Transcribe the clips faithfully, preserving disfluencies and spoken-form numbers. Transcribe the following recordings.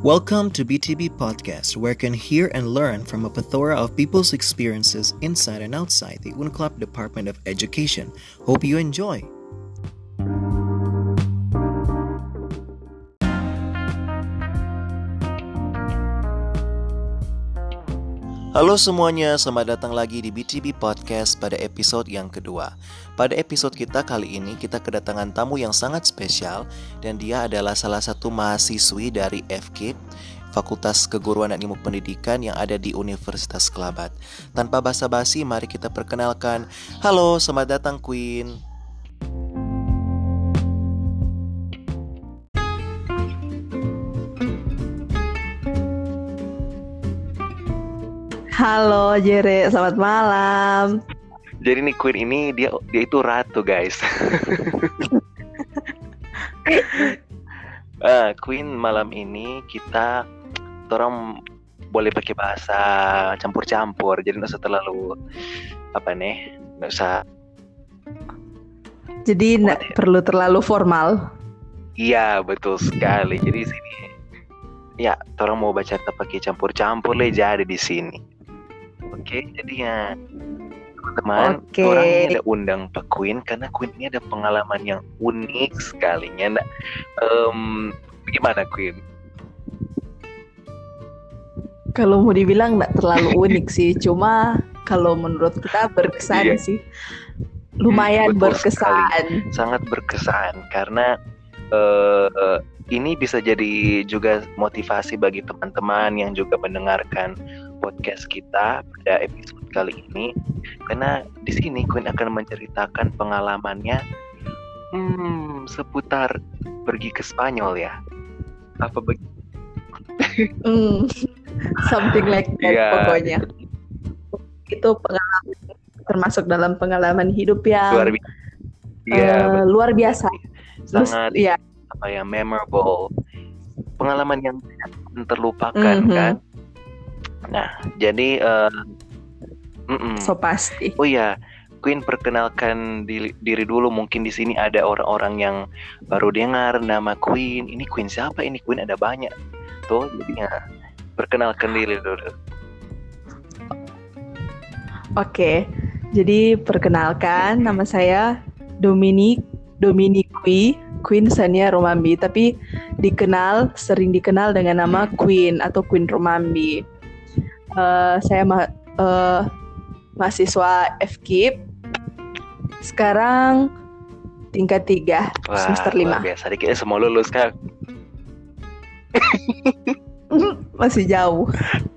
Welcome to B T B Podcast, where you can hear and learn from a plethora of people's experiences inside and outside the UNCLOP Department of Education. Hope you enjoy. Halo semuanya, selamat datang lagi di B T B Podcast pada episode yang kedua. Pada episode kita kali ini, kita kedatangan tamu yang sangat spesial, dan dia adalah salah satu mahasiswi dari F K I P, Fakultas Keguruan dan Ilmu Pendidikan yang ada di Universitas Kelabat. Tanpa basa-basi, mari kita perkenalkan. Halo, selamat datang Queen. Halo Jere, selamat malam. Jadi nih Queen ini dia dia itu ratu guys. uh, Queen malam ini kita orang boleh pakai bahasa campur-campur, jadi nggak usah terlalu apa nih, nggak usah. Jadi nggak perlu terlalu formal. Iya betul sekali. Jadi sini ya, orang mau baca kita pakai campur-campur le jadi di sini. Oke, jadi ya teman-teman, Oke. orang ini ada undang Pak Queen karena Queen ini ada pengalaman yang unik sekali. Nah, um, gimana Queen? Kalau mau dibilang nggak terlalu unik sih, cuma kalau menurut kita berkesan Iya. sih, lumayan Betul berkesan. sekali. Sangat berkesan karena uh, ini bisa jadi juga motivasi bagi teman-teman yang juga mendengarkan podcast kita pada episode kali ini, karena di sini Queen akan menceritakan pengalamannya hmm, seputar pergi ke Spanyol ya. Apa begitu? Hmm, something like that Iya. pokoknya. Itu pengalaman termasuk dalam pengalaman hidup yang Luar biasa. Iya, eh, betul. luar biasa. Terus Sangat ya, apa ya, memorable, pengalaman yang tidak terlupakan Mhm. kan. Nah, jadi uh, mm-mm. so pasti. Oh ya, Queen perkenalkan diri, diri dulu. Mungkin di sini ada orang-orang yang baru dengar nama Queen. Ini Queen siapa? Ini Queen ada banyak. Tuh, jadi ya, perkenalkan diri dulu. Oke, jadi perkenalkan, nama saya Dominic Dominique Queen Sania Romambi, tapi dikenal sering dikenal dengan nama Queen atau Queen Romambi. Uh, saya ma- uh, mahasiswa F K I P, sekarang tingkat tiga, semester lima. Luar biasa, dikira semua lulus kan. Masih jauh.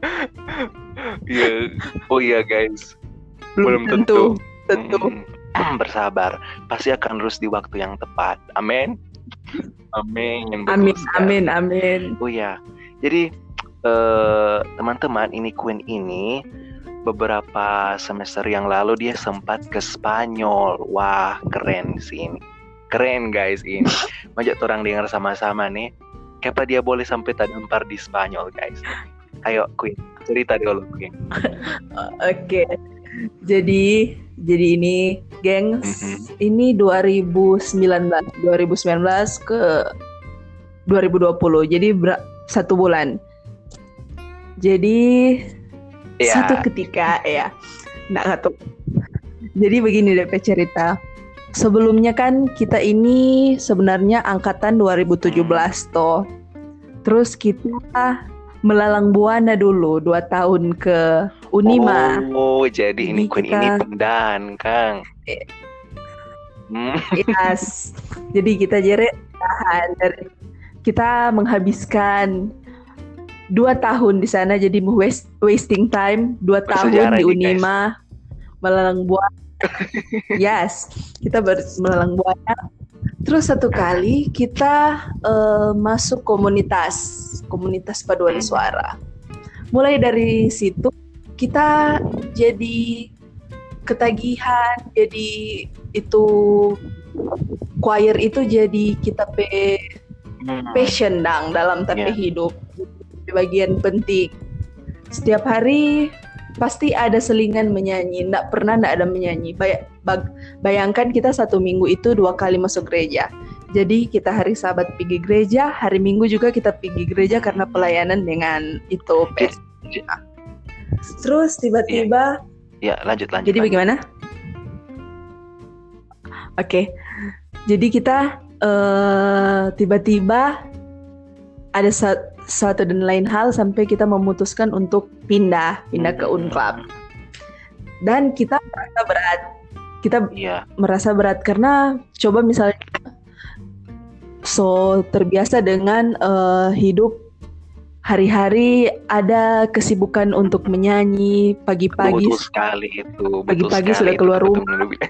Iya. Oh iya guys, belum tentu. tentu. Tentu. Mm, bersabar, pasti akan lulus di waktu yang tepat. Amin. Amin. Betul Amin, sekali. amin, amin. Oh ya, jadi eh, teman-teman, ini Queen ini beberapa semester yang lalu dia sempat ke Spanyol. Wah, keren sih ini. Keren guys ini. Majak orang dengar sama-sama nih. Kenapa dia boleh sampai terdampar di Spanyol guys? Ayo Queen, cerita dulu Queen. Oke. Jadi jadi ini gengs, Mhm. ini dua ribu sembilan belas dua ribu sembilan belas ke dua ribu dua puluh. Jadi ber- satu bulan. Jadi Ya. satu ketika ya. Nggak nggak Jadi begini deh Pe, cerita. Sebelumnya kan kita ini sebenarnya angkatan dua ribu tujuh belas toh. Terus kita melalang buana dulu dua tahun ke Unima. Oh, jadi Jadi ini Queen kita- ini pendan, Kang. Eh. Hmm. Yes. Jadi kita jere tahan dari kita menghabiskan dua tahun di sana, jadi waste, wasting time dua tahun Bersejarah di ini, Unima melalang buana. Yes, kita ber- melalang buana. Terus satu kali kita eh, masuk komunitas komunitas paduan suara. Mulai dari situ kita jadi ketagihan, jadi itu choir itu jadi kita pe Hmm. passion dang dalam tapi Yeah. hidup, bagian penting. Setiap hari pasti ada selingan menyanyi, nggak pernah nggak ada menyanyi. Bay- bag- bayangkan kita satu minggu itu dua kali masuk gereja. Jadi kita hari Sabat pergi gereja, hari Minggu juga kita pergi gereja karena pelayanan dengan itu P S. Terus tiba-tiba Ya, lanjut lanjut. jadi lanjut. bagaimana? Oke. Okay. Jadi kita uh, tiba-tiba ada sa- satu dan lain hal sampai kita memutuskan untuk pindah, pindah ke Unclub. Dan kita merasa berat. Kita Iya. merasa berat karena coba misalnya so terbiasa dengan uh, hidup hari-hari ada kesibukan untuk menyanyi pagi-pagi. Betul sekali itu. Pagi-pagi betul sudah sekali keluar itu, rumah. betul-betul.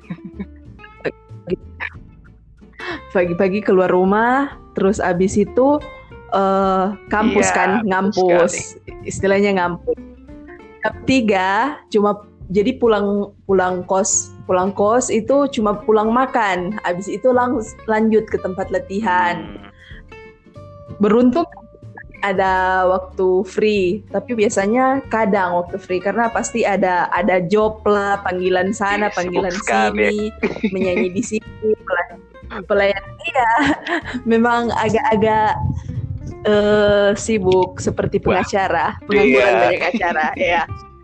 Pagi-pagi keluar rumah, terus abis itu uh, kampus Iya, kan, betul ngampus, istilahnya ngampus. Jam tiga cuma jadi pulang pulang kos, pulang kos itu cuma pulang makan, abis itu langsung lanjut ke tempat latihan. Hmm. Beruntung ada waktu free, tapi biasanya kadang waktu free karena pasti ada ada job lah, panggilan sana, Ih, panggilan sibuk sekali. sini, menyanyi di sini, pelayan, pelayan iya, memang agak-agak eh, sibuk seperti Wah, pengacara, pengangguran iya. banyak acara, ya.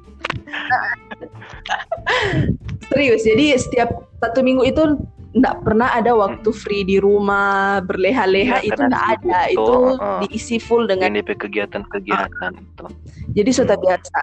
Serius, jadi setiap satu minggu itu nggak pernah ada waktu free di rumah berleha-leha, Iya, itu karena nggak sibuk ada, tuh, itu uh-uh. diisi full dengan Yang D P kegiatan-kegiatan itu. jadi sudah biasa.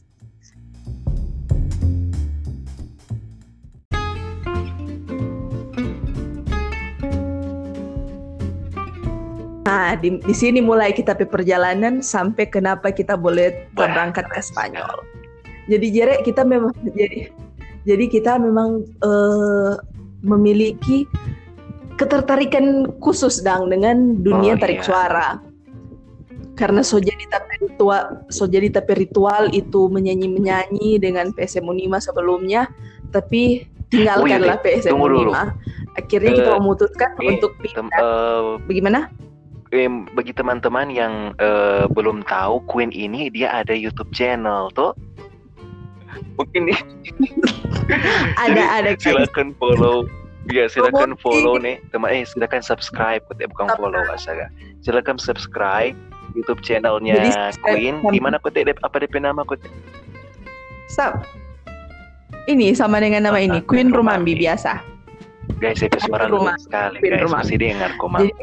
Nah, di, di sini mulai kita pe perjalanan sampai kenapa kita boleh Wah, berangkat ke Spanyol. Jadi Jere kita memang jadi jadi kita memang eh, memiliki ketertarikan khusus dang dengan dunia Oh, tarik iya. suara. Karena so jadi tapi ritual, so jadi tapi ritual itu menyanyi-menyanyi dengan P S M Unima sebelumnya, tapi tinggalkanlah Oh, iya, P S M tunggu dulu. Unima. Akhirnya kita Eh, memutuskan ini untuk Tem- pindah. eh, Bagaimana? eh, bagi teman-teman yang eh, belum tahu, Queen ini dia ada YouTube channel tuh. Mungkin nih Ada ada guys. silakan follow. Ya, silakan Promosi. follow nih teman. Eh, silakan subscribe, eh, bukan follow asaga. Silakan subscribe YouTube channelnya Jadi, subscribe Queen. sama- Di mana Kote? Apa D P nama Kote? Sa- ini sama dengan nama ini, Ah, Queen Queen Rumambi Rumambi. biasa. Guys, itu suara Queen lembut Rumambi. sekali, Queen guys. Rumambi. Mesti dengar koma. Jadi,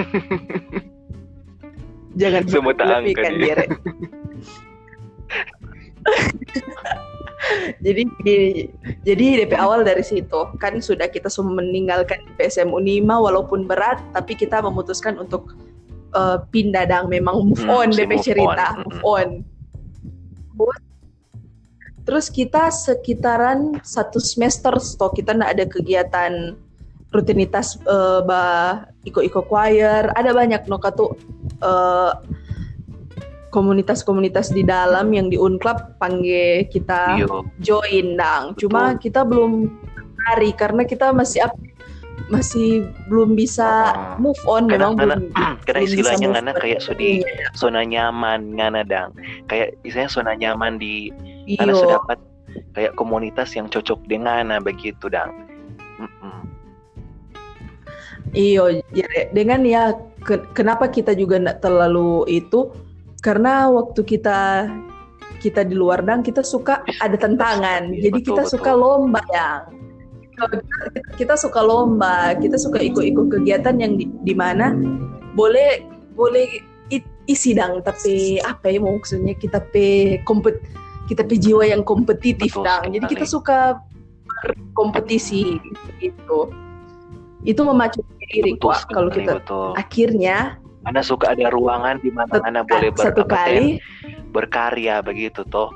jangan Semua tak angkat berlebihan, dia. Jere. jadi di- jadi D P awal dari situ kan sudah kita semua meninggalkan P S M Unima walaupun berat, tapi kita memutuskan untuk uh, pindah dang, memang move Hmm, on mesti D P move cerita on. move on. Terus kita sekitaran satu semester setelah kita nggak ada kegiatan rutinitas uh, bah iko-iko choir, ada banyak no tuh uh, komunitas-komunitas di dalam yang di Unclub panggil kita Iyo. join dang. Cuma Betul. kita belum hari karena kita masih up, masih belum bisa Ah. move on, memang Kadang-kadang belum kadang belum bisa istilahnya move ngana on. kayak sudi zona nyaman ngana dang. Kayak istilahnya zona nyaman di karena Iyo. sudah dapat kayak komunitas yang cocok dengan nah, begitu dang. Mm-mm. Iyo, Jere. Dengan ya ke- kenapa kita juga nggak terlalu itu, karena waktu kita kita di luar dang kita suka ada tantangan, Iya, jadi betul, kita betul. suka lomba yang kita, kita suka lomba, kita suka ikut-ikut kegiatan yang di, di mana boleh boleh i- isi dang, tapi apa ya maksudnya kita pe kompet kita pe jiwa yang kompetitif Betul dang, sekali. jadi kita suka berkompetisi gitu. Itu memacu diri Betul Wak, kalau sekali, kita betul. akhirnya Anda suka ada ruangan di mana satu, Anda boleh ber- satu apa, kali Ten, berkarya begitu toh.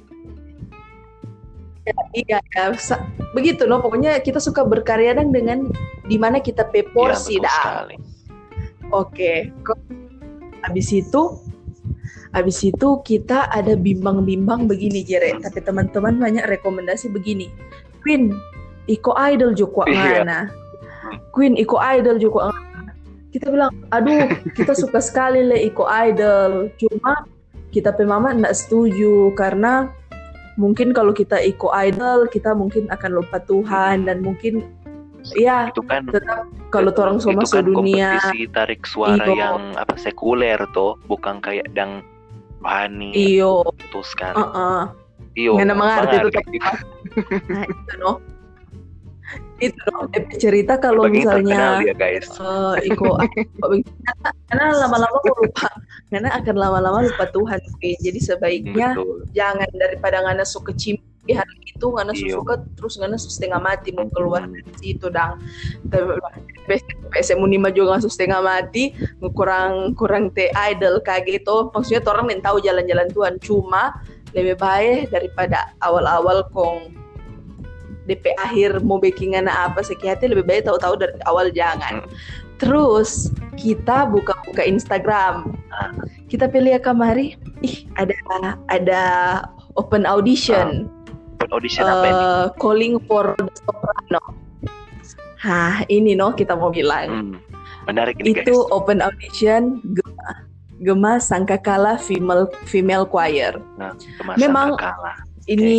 iya ya, sa- begitu loh, pokoknya kita suka berkarya dan dengan di mana kita pe porsi Iya, betul dah. sekali. Oke, kok habis itu habis itu kita ada bimbang-bimbang begini Jere, tapi teman-teman banyak rekomendasi begini. Queen, iko idol juga Iya. ngana. Queen, iko idol juga ngana. Kita bilang, aduh, kita suka sekali le iko idol. Cuma kita pe mama enggak setuju karena mungkin kalau kita iko idol kita mungkin akan lupa Tuhan dan mungkin ya Itu kan tetap kalau orang semua itu kan sedunia kompetisi tarik suara iyo yang apa sekuler tuh, bukan kayak dang rohani iyo itu sekali. uh-uh. Iyo, Nggak mengerti itu mengerti. tapi nah itu no itu no eh, cerita kalau Begini terkenal misalnya dia guys. uh, Iko karena, karena lama-lama aku lupa karena akan lama-lama lupa Tuhan sih. Jadi sebaiknya Betul. jangan daripada ngana suka cimpi hari itu ngana Iyo. suka terus ngana setengah mati mau keluar Hmm. dari situ dang P S M Unima juga nggak setengah mati kurang kurang te idol kayak gitu. Maksudnya orang yang tahu jalan-jalan Tuhan, cuma lebih baik daripada awal-awal kong D P akhir mau backingan apa sekian lebih baik tahu-tahu dari awal jangan. Hmm. Terus kita buka-buka Instagram, Ah. kita pilih kamari, ih ada ada open audition, Buat audition apa ini? uh, calling for the soprano. Hah ini no kita mau bilang Hmm. Menarik ini itu guys. open audition Gema, Gema Sangkakala female female choir. Nah, kemasan Memang kalah. Ini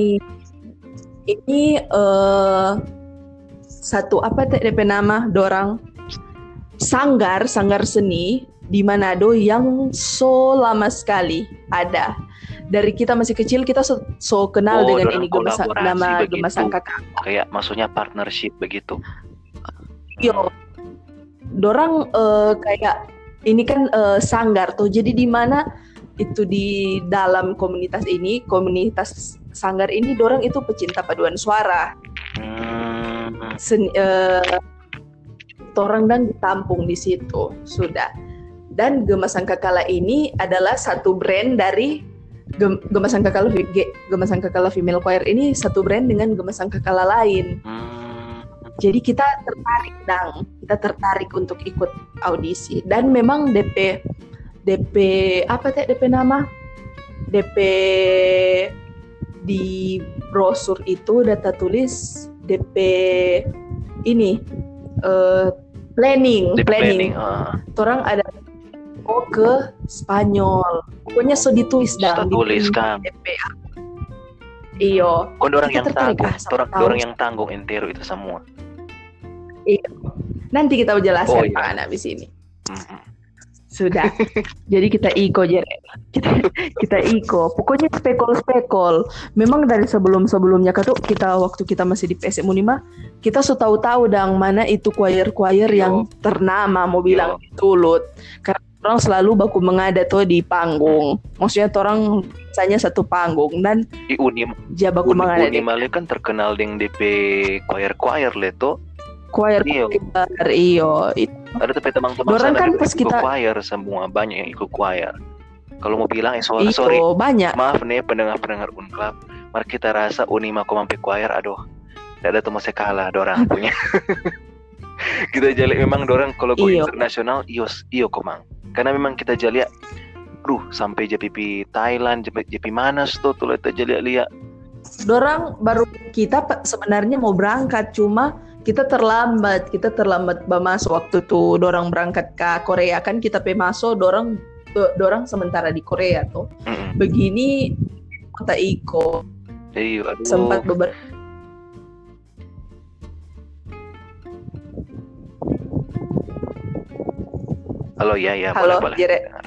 ini eh satu apa teh D P nama dorang sanggar sanggar seni di Manado yang so lama sekali ada. Dari kita masih kecil kita so, so kenal Oh, dengan dorang ini Gema Sa- kolaborasi nama begitu. Gema Sangkakala. Kayak maksudnya partnership begitu. Yo, dorang eh, kayak ini kan eh, sanggar tuh. Jadi di mana itu di dalam komunitas ini, komunitas sanggar ini dorang itu pecinta paduan suara. Hmm. Sen, eh, orang dan ditampung di situ sudah. Dan Gema Sangkakala ini adalah satu brand dari Gem- Gema Sangkakala Ge- Gema Sangkakala Female Choir ini satu brand dengan Gema Sangkakala lain. Hmm. Jadi kita tertarik dang, kita tertarik untuk ikut audisi dan memang D P D P apa teh D P nama? D P di brosur itu data tulis D P ini eh, planning, Di planning. planning. ah. Orang ada oh ke Spanyol. Pokoknya so ditulis Sudah dang tulis di kan. D P. Iyo. Kon orang Kita yang tertarik, tanggung, ah, sama orang tahu. orang yang tanggung entero itu semua. Nanti kita jelaskan Oh, iya. Pak Ana di sini. Hmm. Sudah. Jadi kita iko jere. Kita kita iko. Pokoknya spekol-spekol. Memang dari sebelum-sebelumnya kan tuh kita waktu kita masih di P S M Unima, kita sudah tahu-tahu dang mana itu choir-choir Yo. yang ternama mau bilang Yo. tulut. Karena orang selalu baku mengada tuh di panggung. Maksudnya orang biasanya satu panggung dan Di Unim, dia baku Uni, mengada di Unimale kan terkenal dengan D P choir-choir le to. choir Iyo. choir iyo. Itu Ada tapi teman-teman Dorang sana kan juga pas ikut kita- choir semua, banyak yang ikut choir. Kalau mau bilang eh sorry, Iko sorry. banyak. Maaf nih pendengar-pendengar Unclub. Mari kita rasa Unima komampe choir, aduh. Tidak ada teman kalah dorang punya. Kita jali memang dorang kalau go Iyo. internasional ios iyo komang. Karena memang kita jali duh sampai J P P Thailand, J P P Manas tuh tuh kita jali lihat. Dorang baru kita pe- sebenarnya mau berangkat cuma kita terlambat kita terlambat masuk waktu tuh dorang berangkat ke Korea kan kita pe masuk dorang do- dorang sementara di Korea tuh Mm-mm. begini kota Iko Jadi aduh. sempat beberapa Halo ya ya Halo, boleh boleh. Jere. Dengar.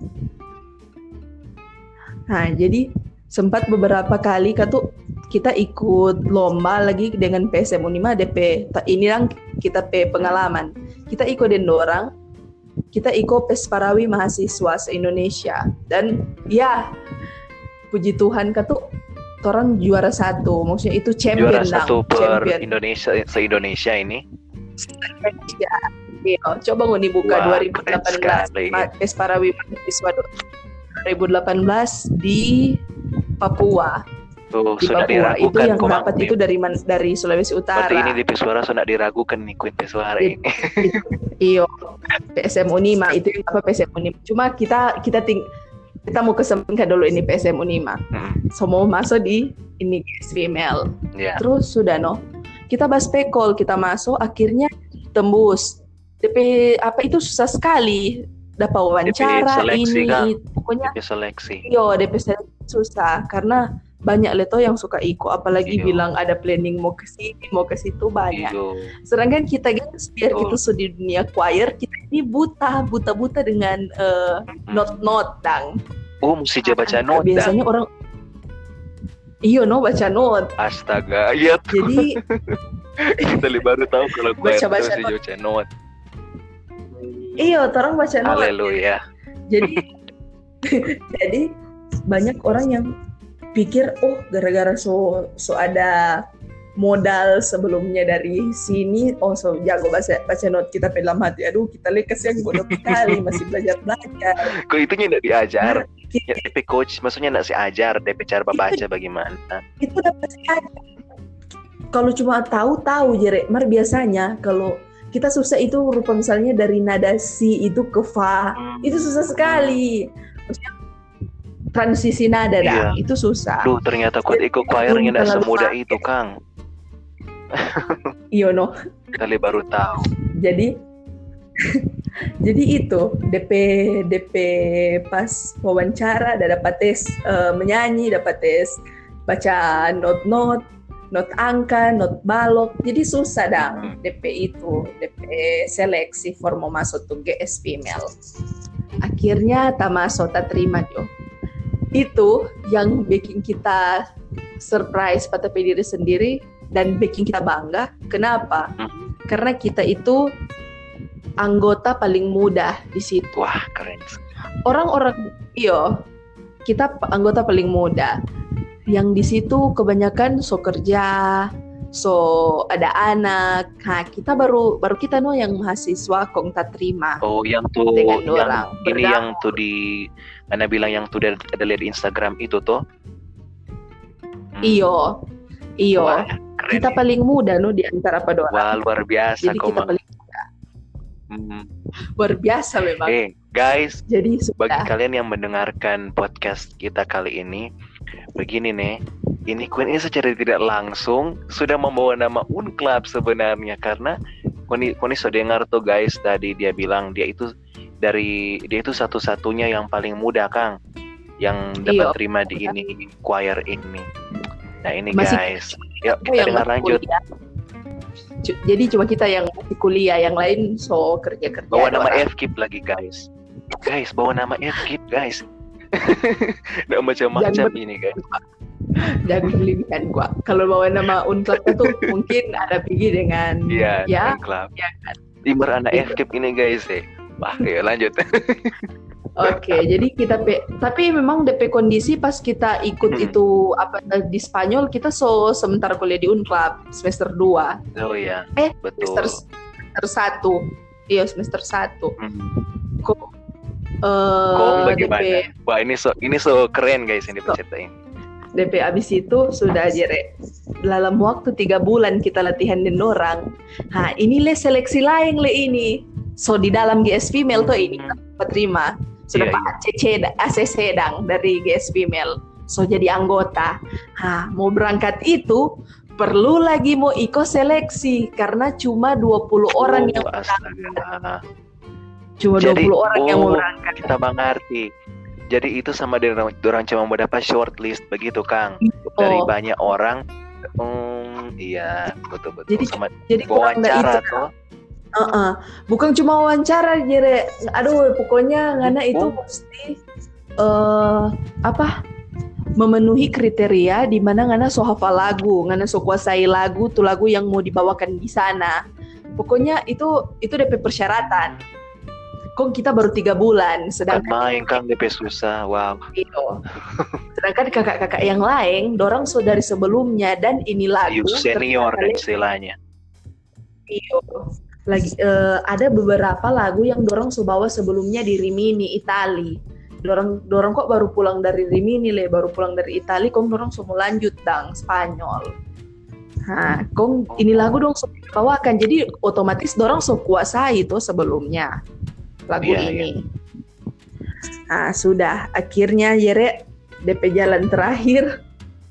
nah jadi sempat beberapa kali kan tuh kita ikut lomba lagi dengan P S M Unima D P Ta- ini yang kita pe pengalaman kita ikut den dorang kita ikut Pesparawi mahasiswa se-Indonesia dan ya puji Tuhan kan tuh orang juara satu maksudnya itu champion Juara dang, satu per champion Indonesia se-Indonesia ini. Indonesia. Iya, coba ngoni buka Wah, dua ribu delapan belas keren sekali. Ma- Pesparawi mahasiswa dua ribu delapan belas di Papua. Tuh Di sudah Papua itu diragukan yang komang. dapat itu dari man- dari Sulawesi Utara. Berarti ini di Pesuara sudah diragukan nih Queen Pesuara Iya. ini. Iyo, P S M Unima itu yang apa P S M Unima. Cuma kita kita ting kita mau kesampingkan dulu ini P S M Unima. Mm, So mau masuk di ini female. ya. Terus sudah no. Kita bahas pekol, kita masuk akhirnya tembus. D P apa itu susah sekali. Dapat wawancara seleksi, ini Kak. itu. Pokoknya Di seleksi. yo D P seleksi susah karena banyak leto yang suka ikut, apalagi Iyo. bilang ada planning mau ke sini, mau ke situ banyak. Iyo. Sedangkan kita guys, biar Betul. kita so di dunia choir, kita ini buta, buta-buta dengan uh, Mm-mm. not-not dang. Oh, mesti dia baca not dah. Biasanya orang iyo no baca not. Astaga, iya tuh. Jadi Kita li baru tahu kalau choir itu Baca-baca mesti not. baca not. iyo orang baca not. Haleluya. Jadi jadi banyak orang yang pikir oh gara-gara so so ada modal sebelumnya dari sini, oh so jago baca baca not, kita dalam hati aduh kita lekas yang bodoh kali masih belajar belajar. Kok itunya enggak diajar? Kita, Ya, D P coach maksudnya enggak sih ajar D P cara baca bagaimana? itu dapat aja. Kalau cuma tahu-tahu jere, mar biasanya kalau kita susah itu rupa misalnya dari nada si itu ke fa, itu susah sekali. Maksudnya transisi nada dah, Iya. itu susah. Duh, ternyata kuat ikut choirnya enggak Terlalu semudah pakai. itu, Kang. Iyo no. Kali baru tahu. Jadi jadi itu D P D P pas wawancara ada dapat tes uh, menyanyi, dapat tes baca not-not, not angka, not balok. Jadi susah dong D P itu, D P seleksi for mau masuk tuh G S female. Akhirnya tak masuk, tak terima jo. Itu yang bikin kita surprise pada diri sendiri dan bikin kita bangga. Kenapa? Hmm. Karena kita itu anggota paling muda di situ. Wah, keren. Orang-orang iyo, kita anggota paling muda. Yang di situ kebanyakan so kerja, so ada anak. Nah, kita baru baru kita no yang mahasiswa kong tak terima. Oh, yang tuh Dengan yang orang ini berdamai. yang tuh di Anda bilang yang tuh ada, ada lihat di Instagram itu tuh. Hmm. Iyo, iyo. Wah, keren. Kita paling muda no di antara pada orang. Wah, luar biasa Jadi kok. kita Mang. paling Hmm. luar biasa memang. Eh, guys, Jadi bagi sudah. kalian yang mendengarkan podcast kita kali ini, begini nih, ini Queen ini secara tidak langsung sudah membawa nama Unclub sebenarnya, karena Koni Koni sudah dengar tuh guys, tadi dia bilang dia itu dari dia itu satu-satunya yang paling muda, Kang, yang dapat Iyo. terima di ini choir ini. Nah ini Masih guys, yuk Aku kita yang dengar masih lanjut. kuliah. Cu- Jadi cuma kita yang masih kuliah, yang lain so kerja-kerja. Bawa nama orang. F K I P lagi guys, guys bawa nama F K I P guys. Nggak macam-macam Jangan- ini guys. Jangan berlebihan gua. Kalau bawa nama Unclub itu mungkin ada pergi dengan Iya, ya. Unclub. Ya kan? Timur anak Gitu. F K I P ini guys eh. Wah, ya lanjut. Oke, jadi kita pe, tapi memang D P kondisi pas kita ikut Hmm. itu apa di Spanyol, kita so sementara kuliah di Unclub semester dua. Oh iya, Eh, betul. semester semester satu. Iya, semester satu. Hmm. Kok eh, Kok D P bagaimana? Wah, ini so ini so keren guys ini penceritain. D P abis itu sudah jere dalam waktu tiga bulan kita latihan dengan orang. Nah ini le seleksi lain le ini. So di dalam G S female tuh ini kita terima sudah Iya, Pak C C A C C dang dari G S female. So jadi anggota. Nah mau berangkat itu perlu lagi mau ikut seleksi karena cuma dua puluh orang Oh, yang berangkat. astaga. Cuma Jadi, dua puluh orang yang mau oh, berangkat. Kita mengerti. Jadi itu sama dengan orang cuma mendapat shortlist begitu, Kang. Dari Oh. banyak orang. Hmm, iya, betul-betul. Jadi- Sama Jadi kurang dari wawancara itu. tuh. Uh-uh. Bukan cuma wawancara jere, aduh pokoknya ngana itu Oh. mesti eh apa memenuhi kriteria di mana ngana so hafal lagu, ngana so kuasai lagu tuh lagu yang mau dibawakan di sana. Pokoknya itu itu D P persyaratan. Kok kita baru tiga bulan, Kan sedangkan main Kang D P susah. Wow. itu. Sedangkan kakak-kakak yang lain, dorang so dari sebelumnya dan ini lagu Youth senior terkenal dan istilahnya. Iyo. Lagi eh, ada beberapa lagu yang dorong so bawa sebelumnya di Rimini, Itali. Dorong dorong kok baru pulang dari Rimini le, baru pulang dari Itali, kong dorong so mau lanjut dang Spanyol. Nah, kong ini lagu dong so bawakan, jadi otomatis dorong so kuasai itu sebelumnya lagu Iya, ini. Nah, sudah akhirnya Yere D P jalan terakhir.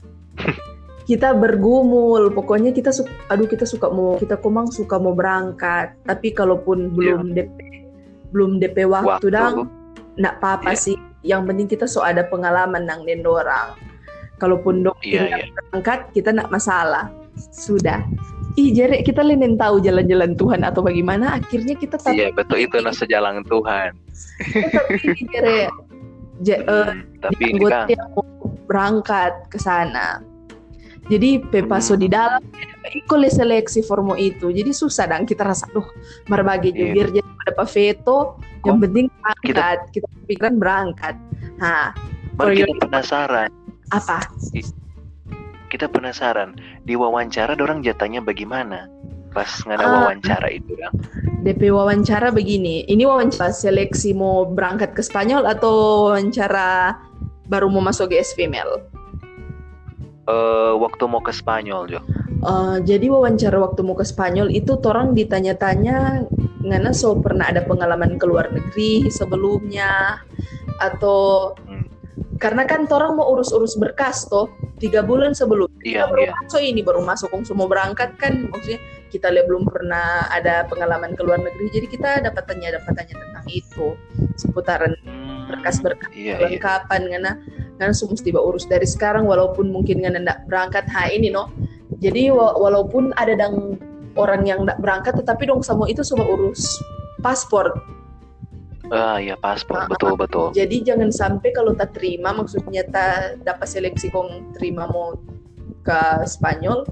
Kita bergumul, pokoknya kita suka, aduh kita suka mau kita komang suka mau berangkat, tapi kalaupun belum D P belum D P waktu, Waktu. dang, nak apa-apa Iya. sih. Yang penting kita so ada pengalaman nang den dorang. Kalaupun dong Iya, tidak iya. berangkat, kita nggak masalah. Sudah. Ih, jadi kita linin tahu jalan-jalan Tuhan atau bagaimana? Akhirnya kita tak. Iya, betul itu nah sejalan Tuhan. Tapi ini jere, je- eh, Hmm, tapi ini anggota Kang, yang mau berangkat ke sana. Jadi pepaso Hmm. di dalam ikut seleksi formo itu. Jadi susah dan kita rasa duh marbagi Iya. biar jadi ada veto. Yang Kok penting kita- berangkat. Kita, pikiran berangkat. Nah, baru for kita your- penasaran. apa? Kita penasaran di wawancara dorang jatanya bagaimana pas ngada Ah. wawancara itu Kang. D P wawancara begini. Ini wawancara seleksi mau berangkat ke Spanyol atau wawancara baru mau masuk G S female? Eh, waktu mau ke Spanyol Jo. Uh, jadi wawancara waktu mau ke Spanyol itu orang ditanya-tanya ngana so pernah ada pengalaman ke luar negeri sebelumnya atau Hmm. karena kan orang mau urus-urus berkas toh tiga bulan sebelum Iya, kita baru iya. masuk ini baru masuk kong semua berangkat kan maksudnya kita lihat belum pernah ada pengalaman ke luar negeri jadi kita dapat tanya dapat tanya tentang itu seputaran Hmm, berkas-berkas Iya, iya. kelengkapan ngana ngana semua tiba urus dari sekarang walaupun mungkin ngana ndak berangkat ha ini no jadi wa- walaupun ada dang orang yang ndak berangkat tetapi dong semua itu semua urus paspor. Ah, iya paspor, Ah, betul betul. Jadi jangan sampai kalau tak terima maksudnya tak dapat seleksi kong terima mau ke Spanyol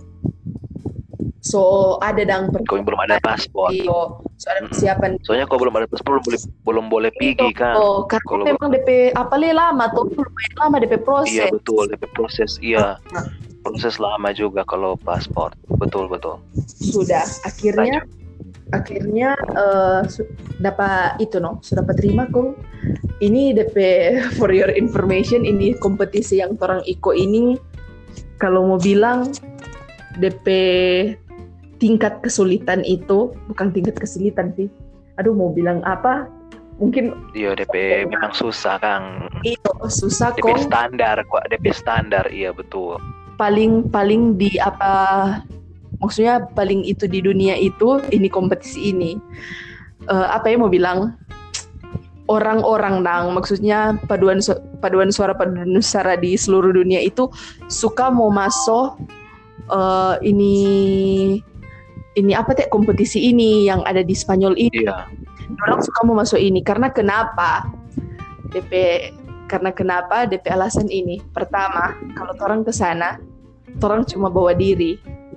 so ada dang Kau yang belum ada paspor. iyo so ada Mm-mm. persiapan Soalnya kalau belum ada paspor belum boleh belum boleh pergi kan. oh, karena Kalau- memang D P apa le lama tuh lumayan lama D P proses. Iya betul, D P proses. Iya. Ah. Proses lama juga kalau paspor. Betul betul. Sudah akhirnya akhirnya eh, su- dapat itu no sudah dapat terima kong ini D P for your information ini kompetisi yang orang iko ini kalau mau bilang D P tingkat kesulitan itu bukan tingkat kesulitan sih aduh mau bilang apa mungkin Iya D P memang susah Kang. itu susah D P kong standar kok, D P standar. Iya betul. paling paling di apa maksudnya paling itu di dunia itu ini kompetisi ini Eh, apa ya mau bilang orang-orang dang maksudnya paduan su- paduan suara paduan suara di seluruh dunia itu suka mau masuk eh, ini ini apa teh kompetisi ini yang ada di Spanyol ini Iya. orang suka mau masuk ini karena kenapa D P karena kenapa D P alasan ini pertama kalau orang ke sana orang cuma bawa diri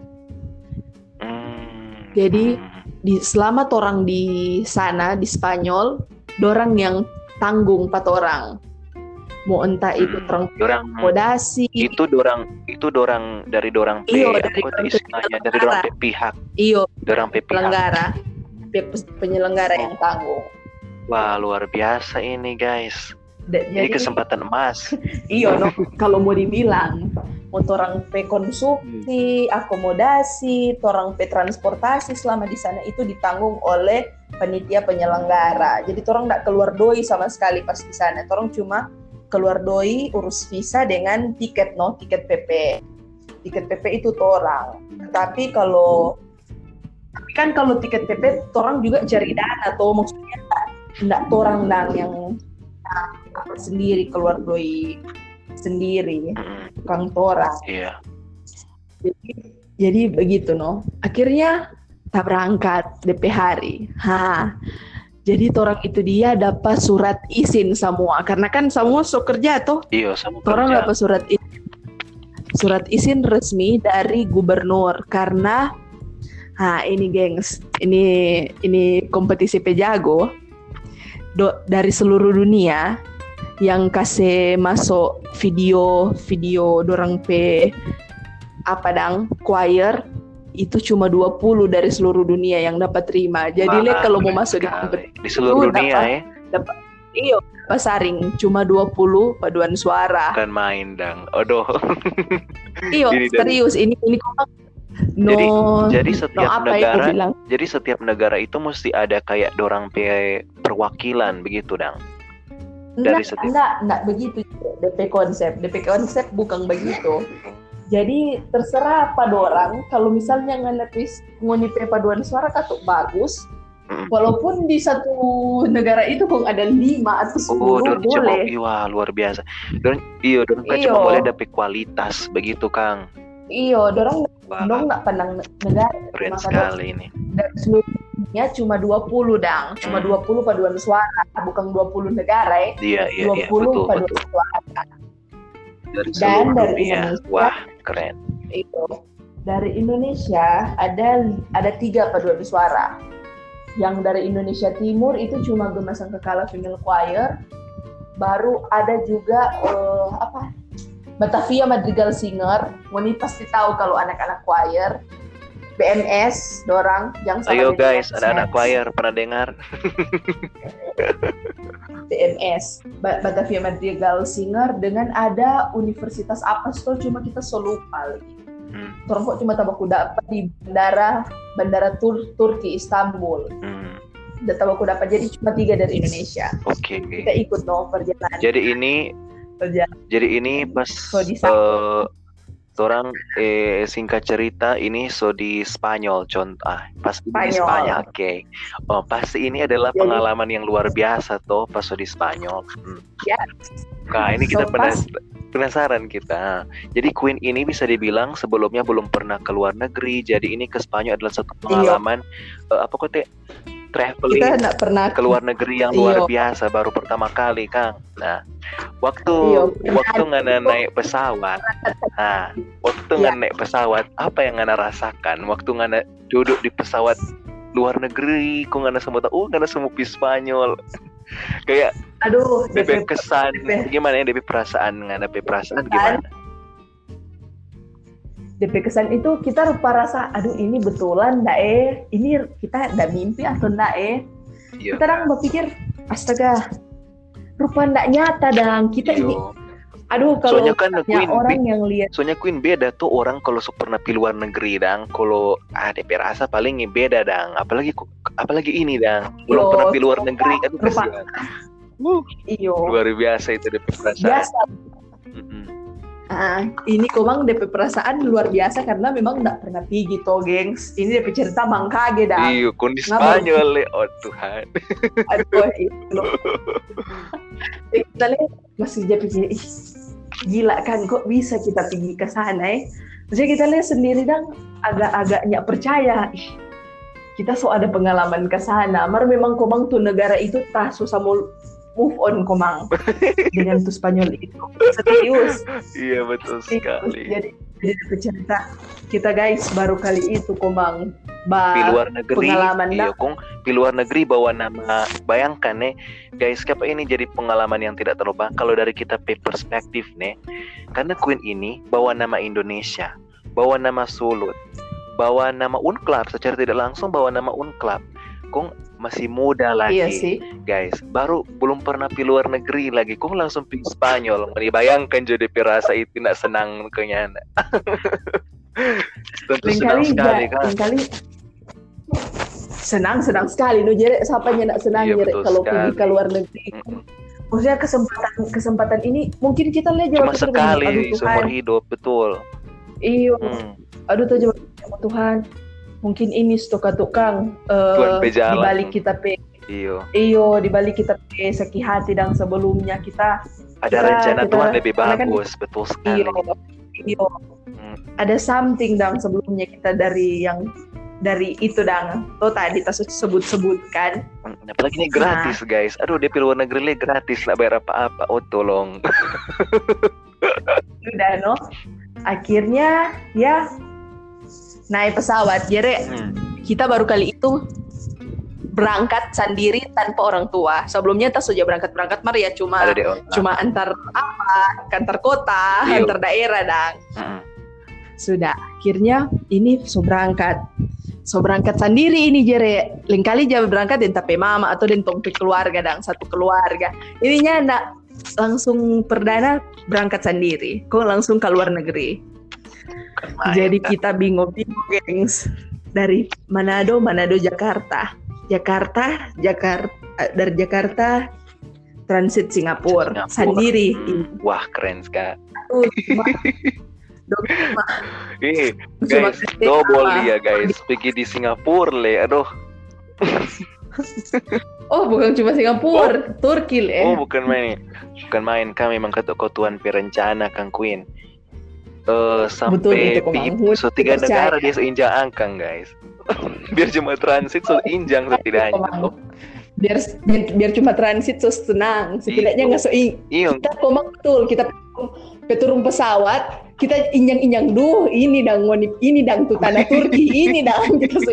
Hmm. Jadi, Hmm. di selama orang di sana di Spanyol dorang yang tanggung empat orang mau entah itu Hmm. orang Dorang akomodasi itu dorang itu dorang dari dorang P Iyo, apa dari tuh dorang istilahnya dari dorang P pihak iyo dorang P pihak. penyelenggara pe- penyelenggara yang tanggung. Wah luar biasa ini guys. Da- Ini jadi kesempatan emas. iyo no kalau mau dibilang mau orang pe konsumsi akomodasi orang pe transportasi selama di sana itu ditanggung oleh panitia penyelenggara jadi orang nggak keluar doi sama sekali pas di sana orang cuma keluar doi urus visa dengan tiket no tiket P P tiket P P itu orang tapi kalau tapi kan kalau tiket P P orang juga cari dana tuh maksudnya nggak orang dang yang nah, sendiri keluar doi sendiri Hmm, kang torang iya. jadi, jadi begitu no akhirnya tak berangkat D P hari ha jadi orang itu dia dapat surat izin semua karena kan semua so kerja tuh Iya sama orang kerja. dapat surat izin surat izin resmi dari gubernur karena ha ini gengs ini ini kompetisi pejago do, dari seluruh dunia yang kasih masuk video video dorang pe apa dang choir itu cuma dua puluh dari seluruh dunia yang dapat terima. Jadi Wah, le kalau mau keren masuk di sekali. kompetisi Di seluruh Itu dunia dapat- ya dapat iyo dapat saring cuma dua puluh paduan suara. kan main dang. Aduh. Iyo Ini dari- serius ini ini kok no Jadi no setiap apa ya negara mau bilang jadi setiap negara itu mesti ada kayak dorang P perwakilan begitu dang. dari enggak, setiap- enggak, enggak begitu D P konsep. D P konsep bukan begitu. Jadi terserah pada orang kalau misalnya nganepis ngoni pe paduan suara katuk bagus, Walaupun di satu negara itu kok ada lima atau Oh, sepuluh dorang cuma, boleh. wah luar biasa. Dorang, iyo, dorang kan Iyo. cuma boleh dapet kualitas begitu, Kang. Iyo, dorang Wah, dong nak pandang negara. keren Maka sekali ini. dari seluruh dunia cuma dua puluh dang, cuma Hmm. dua puluh paduan suara, bukan dua puluh negara ya. Iya, iya, dua iya, puluh betul, paduan betul. suara. Dari Dan seluruh dari dunia. Indonesia. Wah, keren. Itu. Dari Indonesia ada ada tiga paduan suara. Yang dari Indonesia Timur itu cuma Gemas Sangkakala Female Choir. Baru ada juga eh, apa? Batavia Madrigal Singer. Wani pasti tahu kalau anak-anak choir. B M S, dorang yang sama Ayo dengan guys, Snatch. anak-anak choir pernah dengar? B M S, Ba- Batavia Madrigal Singer, dengan ada universitas apa tuh cuma kita selupa lagi. Hmm. Orang kok cuma tabaku dapat di bandara bandara Tur Turki Istanbul. Hmm. Dan tabaku dapat jadi cuma tiga dari Indonesia. Oke. Kita ikut no perjalanan. Jadi ini, perjalanan. jadi ini pas So, di eh, orang eh, singkat cerita ini so di Spanyol contoh ah pas di Spanyol. Spanyol, oke. Oh pasti ini adalah Jadi- pengalaman yang luar biasa toh pas so di Spanyol. Hmm. Ya. Nah ini kita So, penas- pas- penasaran kita. Jadi Queen ini bisa dibilang sebelumnya belum pernah ke luar negeri. Jadi ini ke Spanyol adalah satu pengalaman eh, apa kok teh traveling Kita enggak pernah ke luar negeri yang luar Iyo. biasa baru pertama kali, Kang. Nah, waktu Iyo. waktu ngana naik pesawat, nah, waktu Iya. ngana naik pesawat, apa yang ngana rasakan? Waktu ngana duduk di pesawat luar negeri, kok ngana semua tahu, oh ngana semua pi Spanyol. Kayak Aduh, D P D P kesan, D P. gimana ya D P perasaan, ngana D P perasaan gimana? D P kesan itu kita rupa rasa, aduh ini betulan ndak eh, ini kita ndak mimpi atau ndak eh. Iya. Kita orang berpikir, astaga, rupa ndak nyata dang. Kita ini, Iyo. aduh kalau Soalnya kan ya, Queen, orang yang lihat, soalnya Queen beda tuh orang kalau su- pernah pi luar negeri dang, kalau ah D P rasa paling beda dang, apalagi apalagi ini dang, belum Yo, pernah pi luar negeri, aduh rupa- kasihan. Uh, iyo, luar biasa itu D P perasaan. biasa. Mm-mm. Ah, ini komang D P perasaan luar biasa karena memang ndak pernah pergi toh, gengs. Ini D P cerita mangkage dah. Iya, kondisi Ngabur. Spanyol le, oh Tuhan. Aduh, itu. Eh, kita lihat masih jadi pikir, ih, gila kan kok bisa kita pergi ke sana eh. Maksudnya kita lihat sendiri dong agak-agak nggak percaya. Ih, kita so ada pengalaman ke sana. Mar memang komang tuh negara itu tak susah mau move on komang dengan tuh Spanyol itu. Serius. Iya betul sekali. Jadi jadi cerita kita guys baru kali itu komang ba Di luar negeri, pengalaman iya dah. kong di luar negeri bawa nama, bayangkan nih guys, kenapa ini jadi pengalaman yang tidak terlupa kalau dari kita pe perspektif nih, karena Queen ini bawa nama Indonesia, bawa nama Sulut, bawa nama Unclub, secara tidak langsung bawa nama Unclub, kong masih muda lagi, Iya sih. guys, baru belum pernah pi luar negeri lagi, kong langsung pi Spanyol, bayangkan jadi pi rasa itu nak senang kenyana. Tentu Lain senang kali sekali ja- kan. lain kali senang senang sekali no jere siapa yang nak senang Iya, jere betul kalau sekali. pergi ke luar negeri. Mm-mm. Maksudnya kesempatan kesempatan ini mungkin kita lihat Cuma jawab kita begini, sekali aduh seumur Tuhan, hidup, betul. iyo, Hmm. aduh tuh jawab sama Tuhan, mungkin ini stok tukang Tuhan eh pe jalan. di balik kita pe, Iyo. iyo di balik kita pe sakit hati dan sebelumnya kita, Ada Kita- rencana kita- Tuhan lebih karena kan- bagus, betul sekali. iyo, iyo, Hmm. ada something dang sebelumnya kita dari yang dari itu dang, tuh tadi kita sebut-sebutkan. Hmm, Apalagi ini gratis guys. Aduh, D P luar negeri le gratis, nggak bayar apa-apa. Oh tolong. Udah no, akhirnya ya naik pesawat jere Hmm. kita baru kali itu berangkat sendiri tanpa orang tua. Sebelumnya kita sudah berangkat berangkat mar ya cuma Ada di otak. cuma antar apa antar kota Iya. antar daerah dang. Hmm. Sudah akhirnya ini so berangkat so berangkat sendiri ini jere lain kali jauh berangkat dan tapi mama atau dan tongpi keluarga dang satu keluarga ininya ndak langsung perdana berangkat sendiri kok langsung ke luar negeri. Kemain, Jadi kan? kita bingung-bingung, gengs. Dari Manado, Manado, Jakarta. Jakarta, Jakarta, dari Jakarta transit Singapura, Singapura. sendiri. Hmm. Wah keren sekali. Itu cuma cuma Ih, cuma guys, kasih double apa, ya guys. Pergi di Singapura le. Aduh. Oh, bukan cuma Singapura, Turki eh. Oh, bukan main. Bukan main, kami memang ketuan perencana Kang Queen. Uh, sampai Betul, so tiga negara dia seinjak angkang guys. Biar cuma transit so injang setidaknya. Biar, biar biar cuma transit so senang. Setidaknya nggak so i- kita komang betul kita peturun pesawat kita injang-injang duh ini dang monip ini dang tuh tanah Turki ini dang kita so,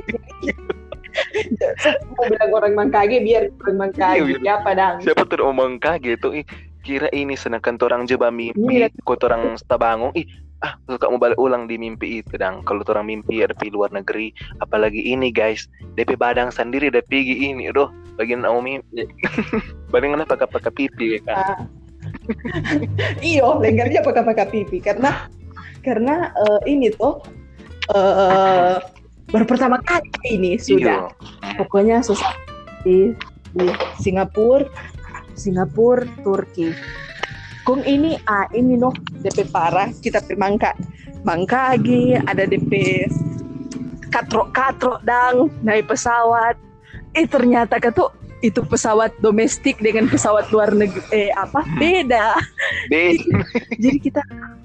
mau bilang orang Mangkage biar orang Mangkage siapa dang siapa tuh orang Mangkage itu kira ini sedangkan orang Jawa mimpi kok orang Tabangung ih ah suka mau balik ulang di mimpi itu dang kalau orang mimpi ada di luar negeri apalagi ini guys D P badang sendiri D P ini aduh bagian mau mimpi badangan pakai-pakai pipi ya kan ah. Iyo lenggarnya pakai-pakai pipi karena karena uh, ini tuh uh, baru pertama kali ini sudah iyo. Pokoknya susah di, di Singapura Singapura Turki Kung ini ah ini noh D P parah kita pe mangka Mangkage ada D P katrok-katrok dang naik pesawat eh ternyata katu itu pesawat domestik dengan pesawat luar negeri eh apa beda beda jadi kita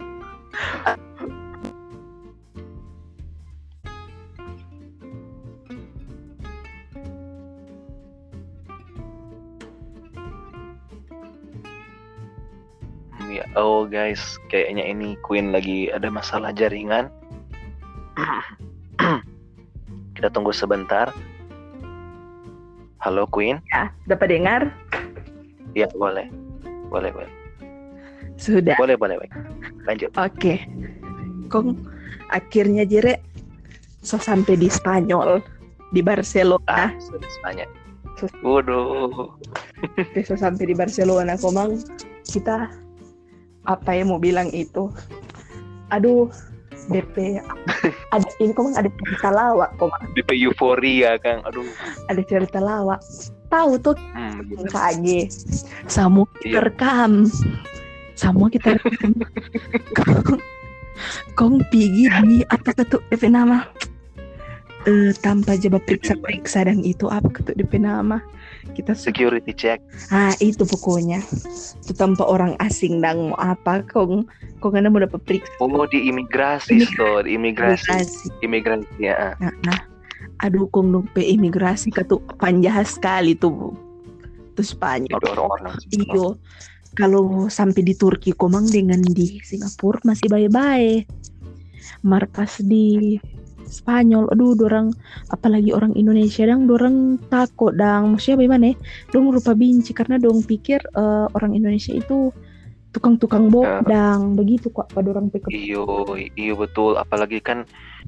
ya, oh guys, kayaknya ini Queen lagi ada masalah jaringan. Kita tunggu sebentar. Halo Queen. Ya, dapat dengar? Ya, boleh. Boleh, boleh. Sudah. Boleh, boleh, boleh. Lanjut. Oke. Kong akhirnya jere so sampai di Spanyol, di Barcelona. Ah, sudah Spanyol. Waduh. So sampai di Barcelona, komang kita apa ya mau bilang itu aduh D P ada ini komang ada cerita lawak komang D P euforia Kang aduh ada cerita lawak tahu tuh hmm, Kage semua kita rekam semua kita rekam kong pigi di apa ketuk D P nama Uh, tanpa jawab periksa-periksa dan itu apa ketuk D P nama kita security check ah itu pokoknya itu tanpa orang asing dan mau apa kong kong anda mau dapat periksa oh di imigrasi tuh di imigrasi imigrasi, imigrasi ya nah, nah aduh kong dompet imigrasi ketuk panjang sekali tuh tuh Spanyol orang-orang iyo kalau sampai di Turki komang dengan di Singapura masih bye-bye marpas di Spanyol, aduh, dorang apalagi orang Indonesia dang, dorang takut dang, maksudnya bagaimana? Dong rupa benci karena dong pikir uh, orang Indonesia itu tukang-tukang bodang, uh, begitu kok pada orang pikir. Iyo, iyo betul, apalagi kan,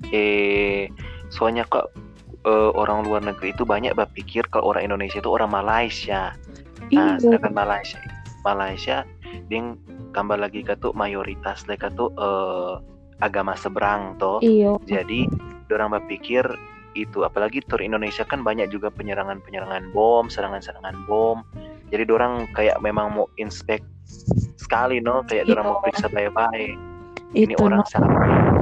eh, soalnya kok uh, orang luar negeri itu banyak berpikir kalau orang Indonesia itu orang Malaysia, nah, sedangkan Malaysia, Malaysia, dia tambah lagi katu mayoritas, mereka tuh uh, agama seberang toh, iyo. Jadi orang berpikir itu apalagi tur Indonesia kan banyak juga penyerangan-penyerangan bom, serangan-serangan bom. Jadi orang kayak memang mau inspek sekali no, kayak orang mau periksa baik-baik. Ini orang no. Sangat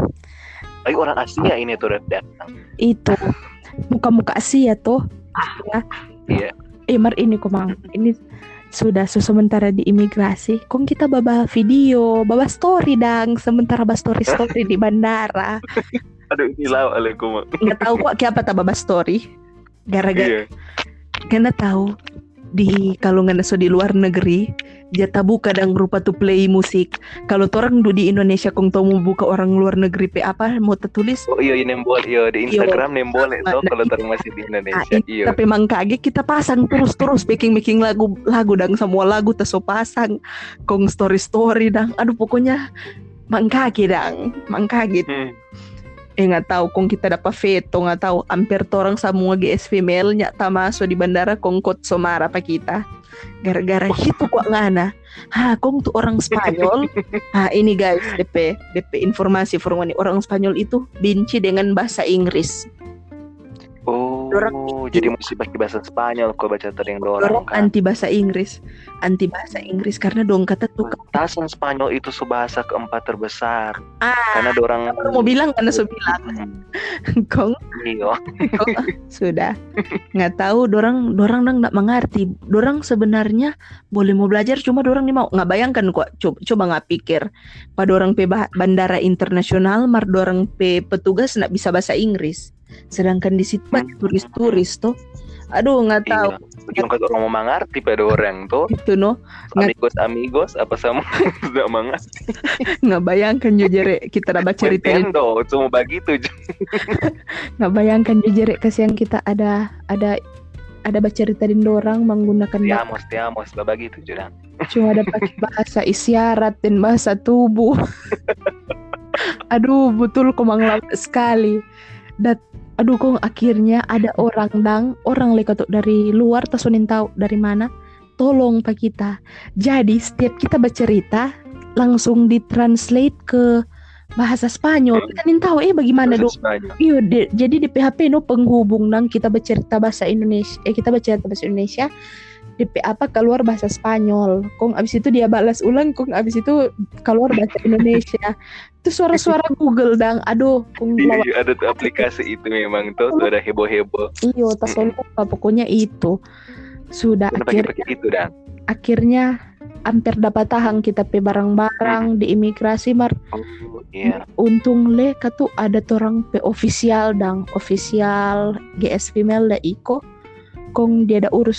baik orang Asia ini tuh datang. Itu muka-muka Asia tuh. Ya. Iya. Eh mar ini komang. Ini sudah sementara di imigrasi. Kong kita baba video, baba story dang, sementara baba story-story di bandara. Aduh ini lawa alaikum. Nggak tahu kok kenapa tak baba story. Gara-gara. Iya. Karena tahu di kalau nggak so di luar negeri, jatah buka dan rupa tuh play musik. Kalau orang di Indonesia kong tau mau buka orang luar negeri pe apa mau tertulis? Oh iya nembol iya di Instagram iyo. Nembol itu so, kalau orang masih di Indonesia. Ah, iya. Tapi Mangkage kita pasang terus-terus making making lagu lagu dan semua lagu teso pasang kong story story dang. Aduh pokoknya Mangkage dang, Mangkage. Hmm. Eh nggak tahu kong kita dapat veto nggak tahu hampir orang semua G S female nya tamaso di bandara kongkot somara pa kita gara-gara itu kok ngana ha kong tuh orang Spanyol ha ini guys D P D P informasi formani orang Spanyol itu benci dengan bahasa Inggris oh dorang jadi mesti pakai bahasa Spanyol kau baca tadi yang dorang dorang kan. anti bahasa Inggris, anti bahasa Inggris karena dong kata tuh Tasan Spanyol itu subahasa keempat terbesar. ah Karena dorang mau bilang karena saya bilang kong iya. sudah nggak tahu dorang dorang nang nggak mengerti. Dorang sebenarnya boleh mau belajar cuma dorang nih mau nggak bayangkan kok. Coba coba nggak pikir pada orang pe bandara internasional mar dorang pe petugas nggak bisa bahasa Inggris. Sedangkan di situ banyak turis-turis tuh. Aduh nggak tahu. Iya. Kalau orang mau mengerti pada orang tuh. Itu no. Amigos amigos apa sama sudah mengerti. Nggak bayangkan jujur kita dapat cerita Nintendo cuma begitu. Nggak bayangkan jujur kasihan kita ada ada ada baca cerita di dorang menggunakan tiamos tiamos begitu jurang. Cuma ada pakai bahasa isyarat dan bahasa tubuh. Aduh betul komang lama sekali. Dan aduh kong akhirnya ada orang dang orang lekatuk dari luar tasunin tahu dari mana tolong pak kita. Jadi setiap kita bercerita langsung ditranslate ke bahasa Spanyol. Kita nih tahu eh bagaimana dong. Iya de, jadi di P H P no penghubung nang kita bercerita bahasa Indonesia eh kita bercerita bahasa Indonesia D P apa keluar bahasa Spanyol. Kong abis itu dia balas ulang, kong abis itu keluar bahasa Indonesia. Itu suara-suara Google dang. Aduh, kong iya, ada tuh aplikasi itu memang tuh sudah heboh-heboh. Iyo, tas lupa pokoknya itu. Sudah akhirnya itu dang. Akhirnya hampir dapat tahan kita pe barang-barang di imigrasi mar. Oh, iya. Untung le katu ada orang pe official dang, official G S female da iko. Kong dia ada urus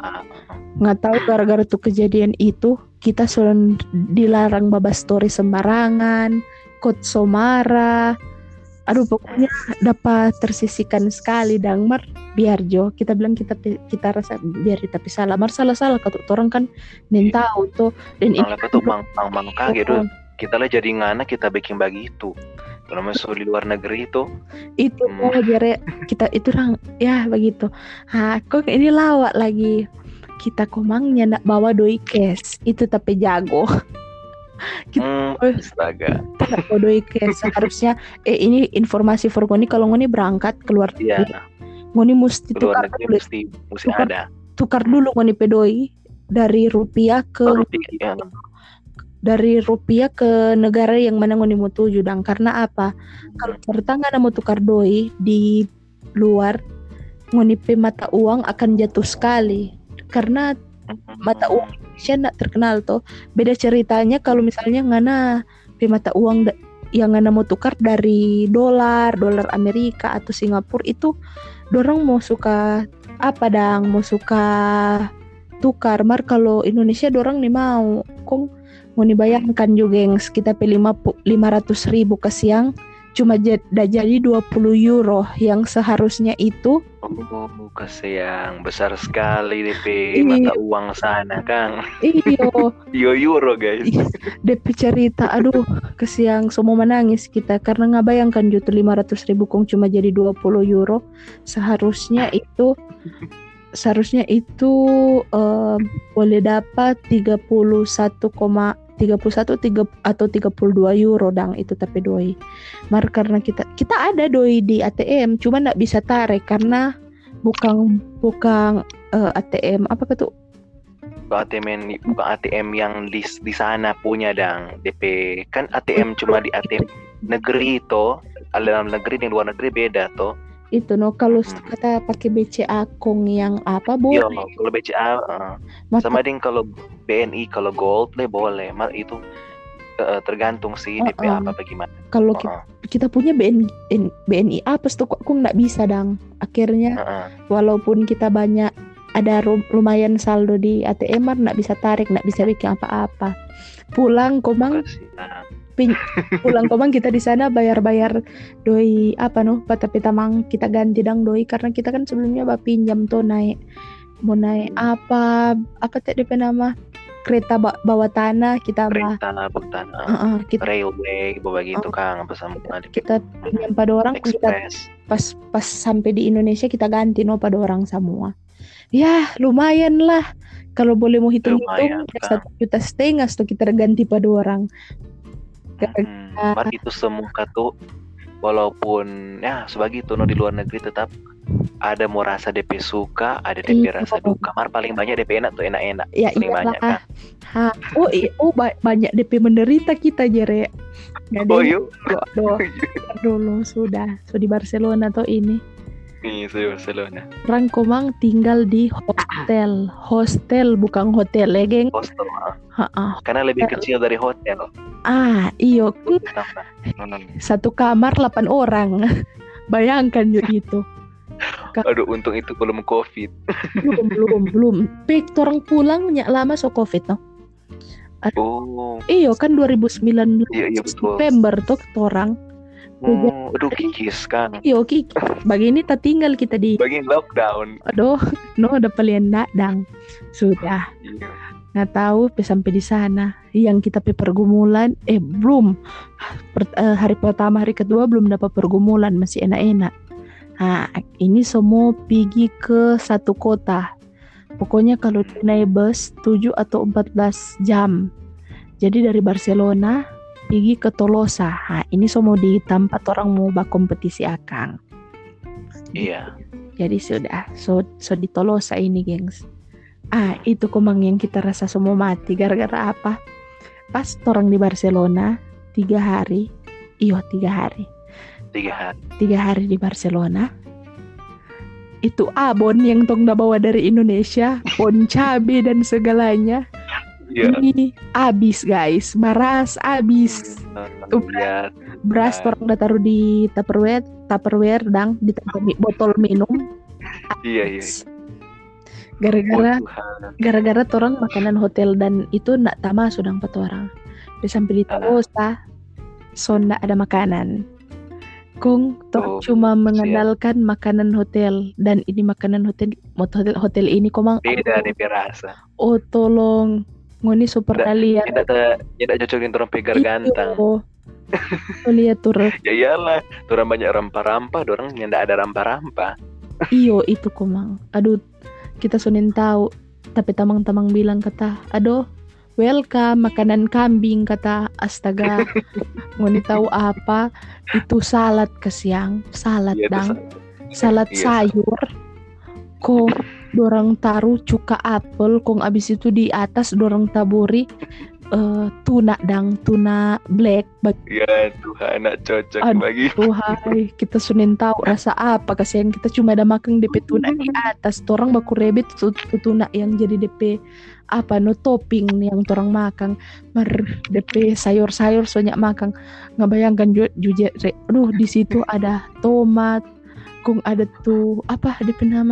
nggak tahu gara-gara tuh kejadian itu kita sudah dilarang babas story sembarangan, kot somara, aduh pokoknya dapat tersisihkan sekali dang mar biar jo kita bilang kita kita rasa biar tapi salah mar salah salah kata orang kan nen tahu tuh dan ini tuh mang mang mang kaget kita lah jadi ngana kita bikin begitu. Kalau masuk di luar negeri itu itu hmm. oh, biar kita itu orang ya begitu. Ha, kok ini lawak lagi kita komangnya nak bawa doi cash itu tapi jago. Kita hmm, astaga. Nak bawa doi cash seharusnya eh ini informasi for Ngoni kalau Ngoni berangkat keluar ya. Ngoni mesti keluar tukar dulu mesti, mesti tukar, ada. Tukar dulu Ngoni pedoi dari rupiah ke oh, rupiah. Dari rupiah ke negara yang mana ngoni mau tuju dang karena apa kalau serta nggak mau tukar doi di luar ngoni pe mata uang akan jatuh sekali karena mata uang Indonesia nggak terkenal tuh beda ceritanya kalau misalnya ngana pe mata uang da- yang ngana mau tukar dari dolar dolar Amerika atau Singapura itu dorang mau suka apa dang mau suka tukar mar kalau Indonesia dorang nih mau kong mau dibayangkan juga yang sekitar lima ratus ribu ke siang cuma j- jadi dua puluh euro yang seharusnya itu oh kesiang besar sekali D P mata uang sana Kang. Iyo yo euro guys. D P cerita aduh kesiang semua menangis kita karena nggak bayangkan juta lima ratus ribu kong cuma jadi dua puluh euro seharusnya itu seharusnya itu uh, boleh dapat tiga puluh satu tiga puluh satu tiga atau tiga puluh dua euro dang itu tapi doi. Mar karena kita kita ada doi di A T M cuma enggak bisa tarik karena bukan bukan uh, A T M apa itu? A T M bukan A T M yang di di sana punya dang D P kan A T M cuma di A T M negeri itu dalam negeri dan luar negeri beda toh. Itu no kalau hmm. kata pakai B C A kong yang apa boleh. Yo, kalau B C A uh, sama ding kalau B N I kalau gold le boleh. Mal itu uh, tergantung sih uh-uh. D P apa bagaimana. Kalau uh-uh. kita, kita punya B N I B N I apa tuh kok aku nggak bisa dang. Akhirnya uh-uh. walaupun kita banyak ada lumayan saldo di A T M nggak bisa tarik, nggak bisa bikin apa-apa. Pulang komang pin, pulang komang kita di sana bayar-bayar doi apa noh, tapi tamang kita ganti dang doi karena kita kan sebelumnya bah pinjam tuh naik mau naik apa apa tadi nama kereta bawah tanah kita kereta bawah tanah uh-uh, kita, railway bawa gitu uh, Kang apa sama kita pinjam pada orang kita pas pas sampai di Indonesia kita ganti no pada orang semua. Ya lumayan lah kalau boleh mau hitung-hitung satu juta setengah tuh kita ganti pada orang. Hmm, uh, itu semua tuh walaupun ya sebagai itu no di luar negeri tetap ada mau rasa D P suka, ada D P Iya. rasa duka. Mar paling banyak D P enak tuh enak-enak. Ya Paling iyalah. banyak kan. Ha. Oh, i- oh ba- banyak D P menderita kita Jere. Nggak ada Oh yang- yuk. Aduh, dulu sudah, so di Barcelona tuh ini. Nih saya Barcelona. Orang komang tinggal di hostel, hostel bukan hotel ya geng. Hostel. ah. Ha-ha. Karena lebih kecil dari hotel. Ah, iyo, Tambah. Hmm. satu kamar delapan orang. Bayangkan jadi itu. Aduh, untung itu belum COVID. Belum, belum, belum. Pik orang pulang nyak lama so covid no. Oh, Iyo kan dua ribu sembilan belas iya iya betul. November tuh orang. Oh, aduh kikis kan. Iyo kiki. Begini tak tinggal kita di. Bagi lockdown. Aduh, no ada pelian dadang. Sudah. Iya. Nggak tahu pe sampai di sana yang kita pe pergumulan eh belum per- eh, hari pertama hari kedua belum dapat pergumulan masih enak-enak. Nah ini semua pergi ke satu kota, pokoknya kalau naik bus tujuh atau empat belas jam, jadi dari Barcelona pergi ke Tolosa. Nah ini semua di tempat orang mau berkompetisi akang. Iya. Jadi sudah so, so di Tolosa ini gengs. Ah itu komang yang kita rasa semua mati gara-gara apa? Pas orang di Barcelona tiga hari, iyo tiga hari, Tiga hari. tiga hari di Barcelona. Itu abon yang tong dah bawa dari Indonesia, bon cabe dan segalanya. Iya. Ini abis guys, beras abis. Tuh, Iya. Beras Nah. orang udah taruh di Tupperware, Tupperware dang di tempat mi- botol minum. Iya iya. Gara-gara Oh, Tuhan. gara-gara torang makanan hotel dan itu nak tama sudah empat orang. Terus sampai di Ah. Tolosa, so ndak ada makanan. Kung Oh, toh cuma siap. mengandalkan makanan hotel dan ini makanan hotel hotel hotel ini komang Beda D P rasa. oh tolong ngoni super Nggak- lihat Tidak ada tidak cocokin orang pegar gantang. oh lihat tur Ya iyalah, orang banyak rempah-rempah, orang yang tidak ada rempah-rempah. iyo itu komang aduh kita sunin tahu tapi tamang-tamang bilang kata aduh welcome makanan kambing kata astaga ngoni tahu apa itu salad ke siang salad Iya, itu dang sa- salad Iya, sayur kong dorang taruh cuka apel kong abis itu di atas dorang taburi eh, tuna dang tuna black bagi Ya Tuhan, nak cocok Aduh. bagi. hai kita sunin tahu rasa apa kasihan kita cuma ada makan D P tuna di atas torang baku rebet tu, tu tuna yang jadi D P apa no topping yang torang makan mer D P sayur-sayur soalnya makan ngebayangkan ju- jujur re- aduh di situ ada tomat kong ada tuh apa D P nama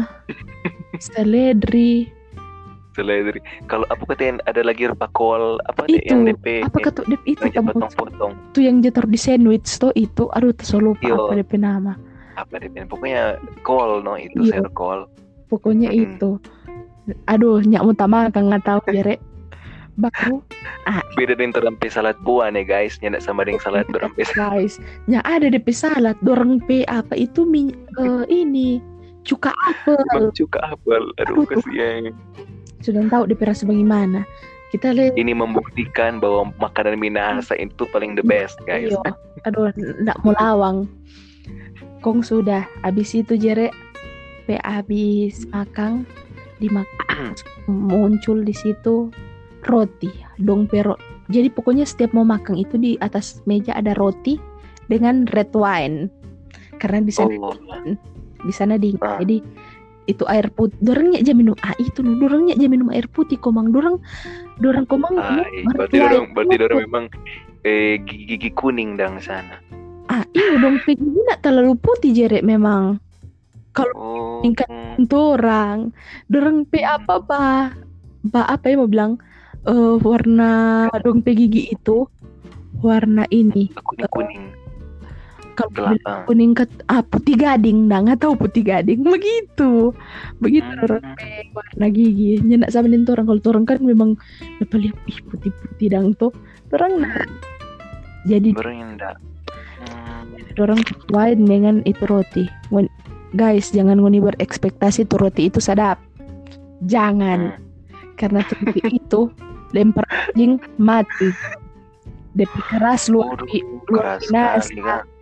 seledri Seledri. Kalau apa katain ada lagi repakol apa deh itu yang D P apa ketuk D P itu yang kamu potong-potong. tuh yang jatuh di sandwich tuh itu aduh terlalu lupa Iya. apa D P nama Apa D P? Pokoknya kol no itu Iya. sayur kol. pokoknya Mm-mm. itu aduh nyak mutama kan nggak tahu ya rek baru Beda dengan terampi salad buah nih guys, nyendak sama dengan salad terampi. guys nyak ada D P salad dorang P apa itu mi, eh, ini cuka apel Cuka apel, aduh Aduh. kasihan. sudah tahu D P rasa bagaimana kita lihat Ini membuktikan bahwa makanan Minahasa itu paling the best guys. iyo aduh ndak mau lawang kong sudah abis itu jere P abis makan dimakan muncul di situ roti dong pero jadi pokoknya setiap mau makan itu di atas meja ada roti dengan red wine karena di sana Oh, di sana dingin Ah. jadi itu air putih dorangnya aja minum ah itu loh dorangnya aja minum air putih komang dorang dorang komang ay, minum berarti red orang wine. berarti orang memang eh gigi, gigi kuning dang sana. ah iya dong gigi nak terlalu putih jerek memang Oh. Tingkat- dorang dorang pe apa ba ba apa ya mau bilang eh warna dong pe gigi itu warna ini kuning kuning kalau gelap. bilang kuning ket ah putih gading dah nggak tahu putih gading begitu begitu Hmm. dorang pe warna gigi nyenak sama dengan orang kalau orang kan memang dapat lihat ih putih putih dang tuh orang nah jadi Baru nyendak. Hmm. orang wine dengan itu roti Wen- guys jangan ngoni berekspektasi tuh roti itu sadap jangan Hmm. karena roti itu lempar anjing mati Depi keras luar Waduh, bi- luar keras biasa sekali kan.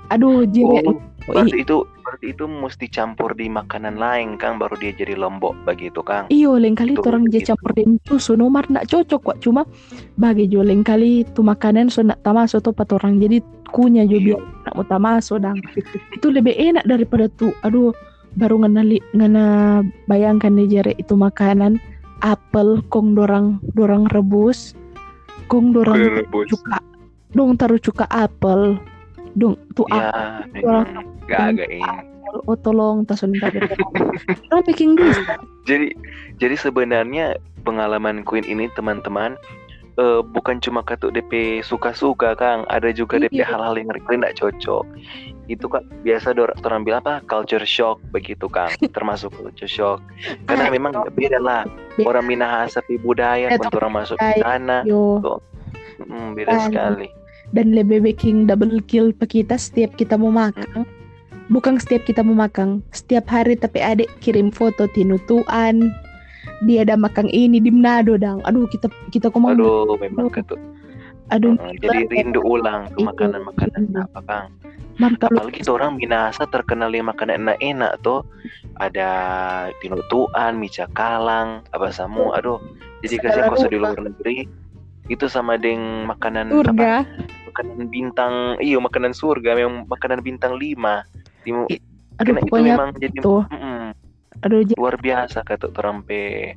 Aduh jere. Oh, berarti itu berarti itu mesti campur di makanan lain Kang baru dia jadi lombok begitu Kang. Iyo lain kali Itu orang je begitu. campur dengan susu nomor nak cocok kok, cuma bagi jo lain kali tu makanan so nak tamaso tu pat orang jadi kunya jo Iya. biar nak mau tamaso dang. Itu lebih enak daripada tu. Aduh baru ngena li, ngena bayangkan deh jere itu makanan apel kong dorang dorang rebus kong dorang Rebus. cuka dong taruh cuka apel dong tu Ya, orang memang gak ini. apel oh tolong tasun tadi orang bikin dus. Jadi jadi sebenarnya pengalaman Queen ini teman-teman eh, bukan cuma katuk D P suka-suka Kang, ada juga D P Iya. hal-hal yang Queen tidak cocok. Itu kan biasa dor- orang bilang apa culture shock begitu Kang, termasuk culture shock. Karena Ah, memang beda lah. Beda. Orang Minahasa pi budaya, Beda. untuk orang masuk ke Budaya. sana, Yo hmm, beda Kan. sekali. dan lebih baking double kill pe kita setiap kita mau makan. Bukan setiap kita mau makan, setiap hari tapi adik kirim foto tinutuan. Dia ada makan ini di Manado dang. Aduh kita kita komang. Aduh, memang katuk. Aduh. Hmm, jadi rindu ulang ke Itu, makanan-makanan rindu. apa Kang. Mam kalau Apalagi tuh orang Minahasa terkenal yang makanan enak-enak tuh. Ada tinutuan, mie cakalang, apa samu, aduh. Jadi kasih Segala koso di rupa. luar negeri itu sama deng makanan surga. apa? Makanan bintang, iyo makanan surga, memang makanan bintang lima. Di, Aduh karena itu pokoknya memang jadi tuh. mm-mm, Aduh j- luar biasa kata orang pe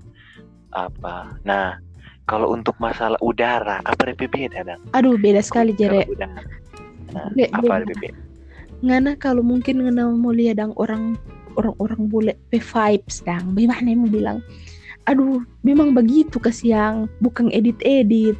apa. Nah, kalau untuk masalah udara, apa D P beda dong? aduh beda sekali jere. Kalau udara. Nah, Be- apa beda. D P beda? Ngana kalau mungkin ngana mau lihat dang orang orang-orang bule pe vibes dang. Bagaimana mau bilang? Aduh, memang begitu kasiang, bukan edit-edit.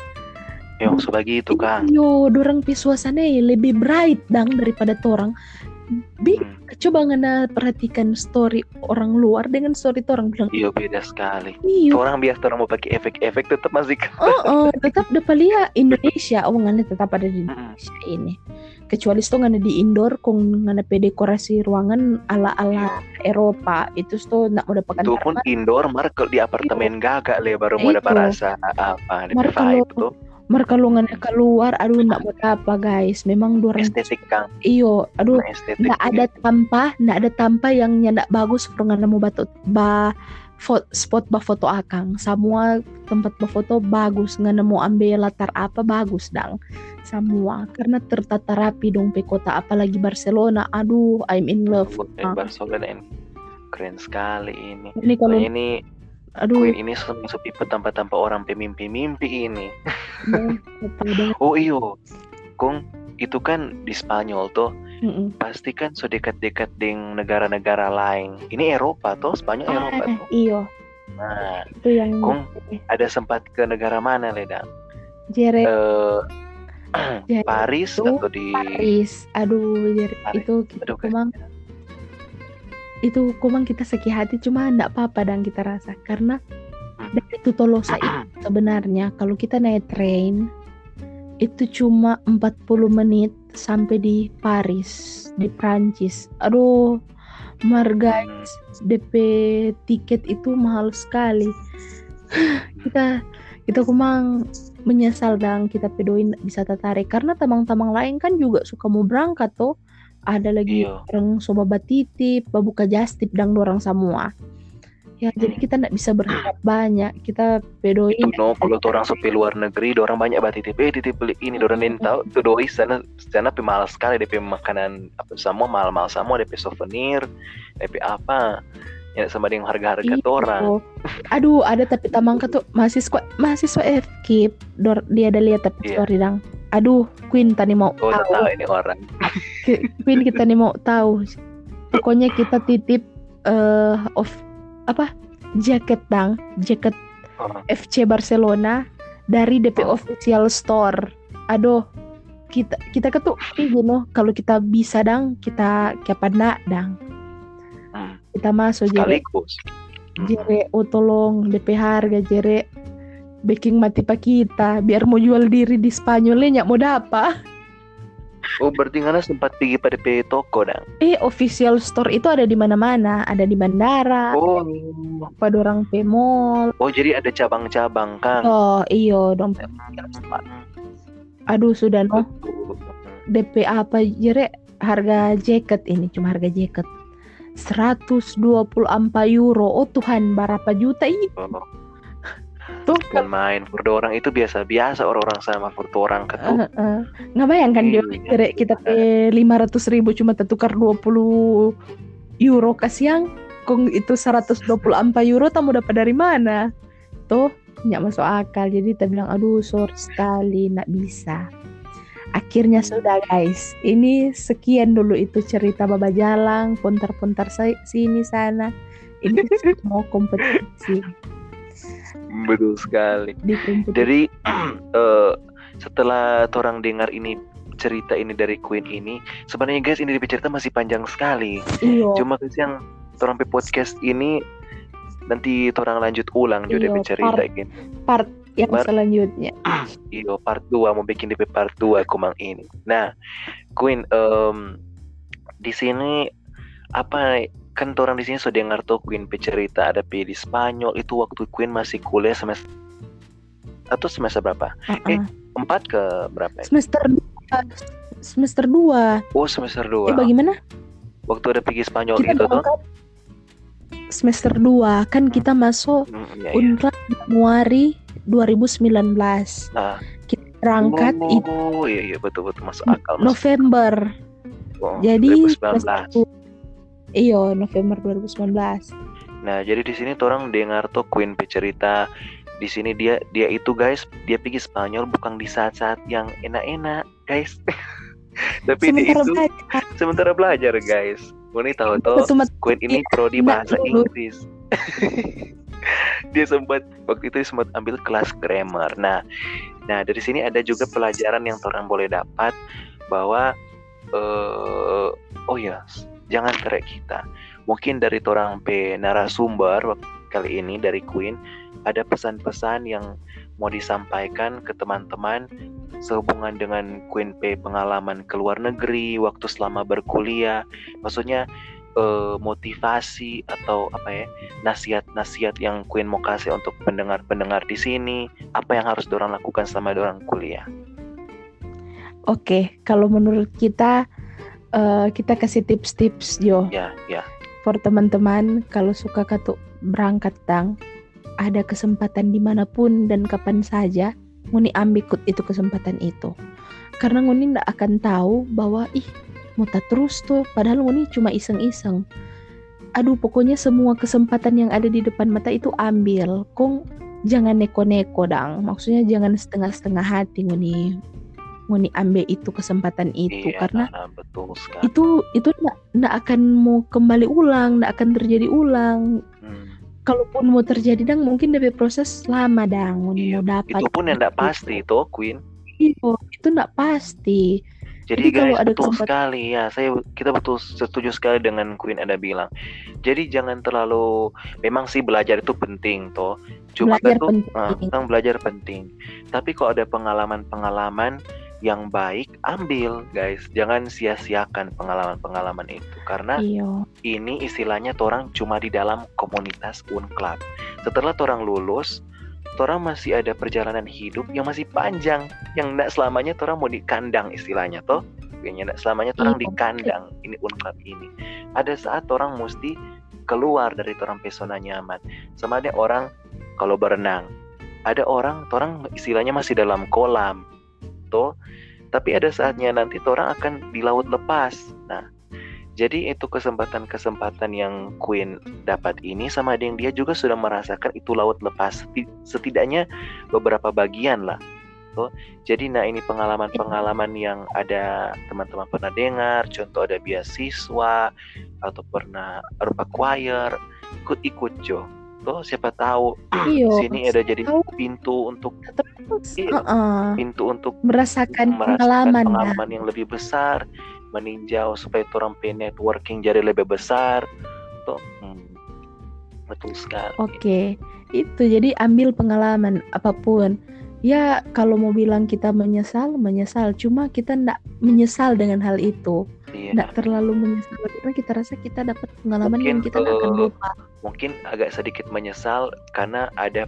Yang sebagai itu Kang. Yo, dorang pe suasana lebih bright dang daripada torang. Bi, Hmm, coba ngana perhatikan story orang luar dengan story torang bilang, iya beda sekali. iyo, Orang biasa orang mau pakai efek-efek tetap masih oh, oh, tetap dapat lihat Indonesia, oh ngana tetap ada di Mm-mm. Indonesia ini. Kecuali sto ngana di indoor, kong ngana pe dekorasi ruangan ala-ala Eropa, itu sto nak mau dapat Itu pun indoor, mar kalau di apartemen gagak le baru mau Itu. dapat rasa apa D P Mar vibe kalau- tuh Mar kalau ngana keluar, aduh nak mau apa guys, memang dorang estetik Kang, iyo, aduh nah, estetik. nggak ada tanpa nggak ada tanpa yang nyandak bagus pernah nemu batu ba fo, spot ba foto akang semua tempat ba foto bagus nggak nemu ambil latar apa bagus dang semua karena tertata rapi dong pe kota apalagi Barcelona aduh I'm in love Eh, Barcelona ini keren sekali ini. ini kalau Nah, ini aduh Queen ini sepi tanpa-tanpa orang pemimpi-mimpi ini. dong, dong. Oh iyo, Kung itu kan di Spanyol tuh. Mm-mm. Pasti kan so dekat-dekat dengan negara-negara lain. Ini Eropa tuh, Spanyol Eropa Ah, tuh. iyo Nah, itu yang Kung ada sempat ke negara mana Ledang? jere Eh, jere Paris itu atau di Paris aduh jere Paris. itu kita Aduh, kumang itu kumang kita sakit hati cuma enggak apa-apa dan kita rasa karena Hmm. dari itu Tolosa itu sebenarnya kalau kita naik train itu cuma empat puluh menit sampai di Paris di Prancis. Aduh, mar guys, D P tiket itu mahal sekali. kita kita kumang menyesal dan kita pedoin bisa tertarik karena tamang-tamang lain kan juga suka mau berangkat tuh. Ada lagi Iya. orang soba batitip, babuka jastip dan dorang semua. Ya, jadi kita nggak bisa berharap banyak. Kita pedoin. Itu no, kalau tuh orang sepi luar negeri, orang banyak banget titip, eh titip beli ini, orang nen tahu, tuh doi sana sana pe mahal sekali, D P makanan apa semua mahal-mahal semua, D P souvenir, D P apa, ya sama dengan harga-harga Iya. tuh orang. Aduh, ada tapi tamang ke tuh mahasiswa mahasiswa F K I P. Dor, dia ada lihat tapi Iya. story dang. Aduh, Queen tadi mau Oh, udah tahu. tahu ini orang. Ki- Queen kita nih mau tahu. Pokoknya kita titip eh of apa? Jaket dang, jaket Oh, F C Barcelona dari D P Oh. official store. Aduh, kita kita ke tuh you know, kalau kita bisa dang, kita kapan nak dang. hmm, Kita masuk jere sekaligus. Hmm. jere oh tolong D P harga jere baking mati pa kita biar mau jual diri di Spanyolnya nyak mau dapa. Oh, berarti ngana sempat pergi pada P toko dang. Eh official store itu ada di mana-mana, ada di bandara, Oh, pada orang P mall. oh jadi ada cabang-cabang kan. Oh iyo dompet. Aduh sudah no Betul. D P apa jere harga jaket ini cuma harga jaket seratus dua puluh empat euro. Oh Tuhan, berapa juta itu? Oh, Tuh bukan main. For dua orang itu biasa-biasa orang-orang sama for dua orang ketu. uh, uh. nggak bayangkan dia Iya. kira kita pe lima ratus ribu cuma tertukar dua puluh euro kasihan. Kong itu seratus dua puluh empat euro tamu dapat dari mana? Tuh nggak masuk akal. Jadi kita bilang aduh sorry sekali nggak bisa. Akhirnya sudah guys, ini sekian dulu itu cerita Baba Jalang, pontar-pontar sa- sini sana. Ini mau kompetisi Betul sekali. di kompetisi. Jadi eh, setelah orang dengar ini cerita ini dari Queen ini, sebenarnya guys ini cerita masih panjang sekali. Iyo, Cuma guys yang orang pe podcast ini nanti orang lanjut ulang juga Iya, bercerita part- gitu. part yang Bar- selanjutnya. Iyo part dua mau bikin D P part dua kumang ini. Nah, Queen em, di sini apa kan orang di sini sudah dengar tuh Queen pe cerita ada pe di Spanyol itu waktu Queen masih kuliah semester atau semester berapa? Uh-uh. Eh, Empat ke berapa? ya? Semester dua, semester dua. Oh semester Eh dua. bagaimana? Waktu ada pergi Spanyol Kita gitu tuh. berangkat semester dua kan kita masuk Hmm, iya, iya. Unra Januari dua ribu sembilan belas. Nah, Kita berangkat oh, itu iya iya betul betul masuk akal. Masuk. November. Oh, Jadi dua ribu sembilan belas. semester dua. Iya, November dua ribu sembilan belas. Nah, jadi di sini tuh orang dengar tuh Queen pe cerita di sini dia dia itu guys, dia pergi Spanyol bukan di saat-saat yang enak-enak, guys. Tapi dia Sementara itu belajar. sementara belajar, guys. Ini tahu tuh Betul, Mat. Queen ini Iya, prodi enak bahasa dulu. Inggris. Dia sempat waktu itu sempat ambil kelas grammar. Nah, nah dari sini ada juga pelajaran yang orang boleh dapat bahwa eh oh ya, jangan terek kita. Mungkin dari orang pe narasumber kali ini dari Queen ada pesan-pesan yang mau disampaikan ke teman-teman sehubungan dengan Queen pe pengalaman ke luar negeri waktu selama berkuliah. Maksudnya eh, motivasi atau apa ya, nasihat-nasihat yang Queen mau kasih untuk pendengar-pendengar di sini, apa yang harus dorang lakukan selama dorang kuliah. Oke, kalau menurut kita eh, kita kasih tips-tips Jo. Ya, ya. For teman-teman kalau suka katuk berangkat tang, ada kesempatan dimanapun dan kapan saja, nguni ambil ikut itu kesempatan itu. Karena nguni ndak akan tahu bahwa ih mau tak terus tuh, padahal nguni cuma iseng-iseng. Aduh, pokoknya semua kesempatan yang ada di depan mata itu ambil. Kong jangan neko-neko dang. Maksudnya jangan setengah-setengah hati nguni nguni ambil itu kesempatan itu, Iya, karena betul sekali. itu itu ndak ndak akan mau kembali ulang, ndak akan terjadi ulang. Hmm. Kalaupun mau terjadi dang mungkin dari proses lama dang nguni Iya, mau dapat itu pun yang tidak pasti tuh Queen. Iya, itu ndak pasti. Jadi, Jadi kalau guys ada betul kesempatan- sekali ya, saya kita betul setuju sekali dengan Queen ada bilang. Jadi jangan terlalu, memang sih belajar itu penting toh. Cuma Belajar tuh penting. ah, tentang belajar penting. Tapi kalau ada pengalaman-pengalaman yang baik, ambil guys. Jangan sia-siakan pengalaman-pengalaman itu karena Iya, ini istilahnya torang cuma di dalam komunitas Unclub. Setelah torang lulus, torang masih ada perjalanan hidup yang masih panjang, yang tidak selamanya torang mau di kandang istilahnya toh. Kayaknya tidak selamanya torang Iya. di kandang ini Unclub ini. Ada saat torang mesti keluar dari torang pesona nyaman. Sama ada orang kalau berenang, ada orang torang istilahnya masih dalam kolam toh. Tapi ada saatnya nanti torang akan di laut lepas. Nah, jadi itu kesempatan-kesempatan yang Queen dapat ini sama ada yang dia juga sudah merasakan itu laut lepas. Setidaknya beberapa bagian lah. So, jadi nah ini pengalaman-pengalaman yang ada teman-teman pernah dengar. Contoh ada beasiswa atau pernah rupa choir. Ikut-ikut Jo. Tuh siapa tahu Iya, sini ada jadi tahu. pintu untuk terus Iya. uh-uh, pintu untuk merasakan merasakan pengalaman. Nah. pengalaman yang lebih besar, meninjau supaya orang pe networking jadi lebih besar. Tuh, hmm, betul sekali. Oke, itu jadi ambil pengalaman apapun. Ya kalau mau bilang kita menyesal, menyesal. Cuma kita ndak menyesal dengan hal itu, Iya. ndak terlalu menyesal karena kita rasa kita dapat pengalaman Mungkin, yang kita nggak akan eh, lupa. Mungkin agak sedikit menyesal karena ada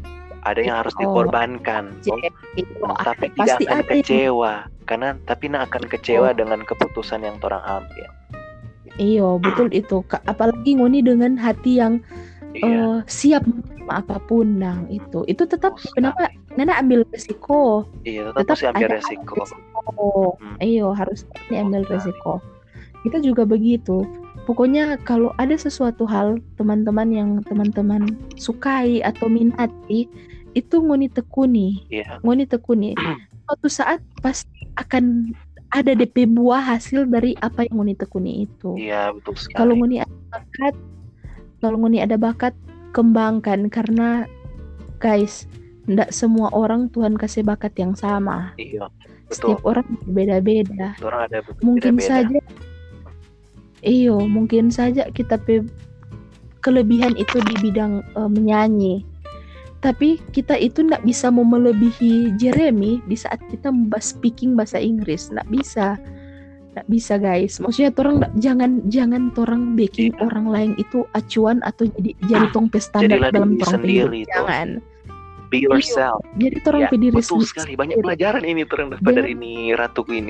ada yang harus Oh, dikorbankan, J- toh. itu Hmm, ada, tapi tidak pasti akan ada yang kecewa karena tapi nak akan kecewa oh, dengan keputusan yang orang ambil. iyo betul itu. Ka- Apalagi ngoni dengan hati yang Iya, eh, siap menerima apapun nang itu. Itu tetap betul kenapa sekali. Nana ambil resiko. Iya, tetap Tetap mesti ambil ada resiko. resiko. Hmm, Iyo harus ini betul ambil sekali. resiko. Kita juga begitu. Pokoknya kalau ada sesuatu hal teman-teman yang teman-teman sukai atau minati, itu ngoni tekuni, Iya, ngoni tekuni. Suatu saat pasti akan ada D P buah hasil dari apa yang ngoni tekuni itu. iya betul Kalau sekali. ngoni ada bakat, kalau ngoni ada bakat, kembangkan karena guys, tidak semua orang Tuhan kasih bakat yang sama. Iya, betul. Setiap orang berbeda-beda. Orang ada Mungkin beda-beda. saja, iyo, mungkin saja kita pe- kelebihan itu di bidang eh, menyanyi. Tapi kita itu tidak bisa mau melebihi Jeremy di saat kita membahas speaking bahasa Inggris. Tidak bisa. Tidak bisa guys. Maksudnya orang ndak- jangan jangan orang baking Iya. orang lain itu acuan atau jadi jadi tong pe standar Jadilah dalam diri orang pe hidup. sendiri tuh. Jangan. Be yourself. Jadi orang Ya, pe diri betul sendiri. sekali. Banyak pelajaran ini terang dapat Jangan- dari ini ratuku ini.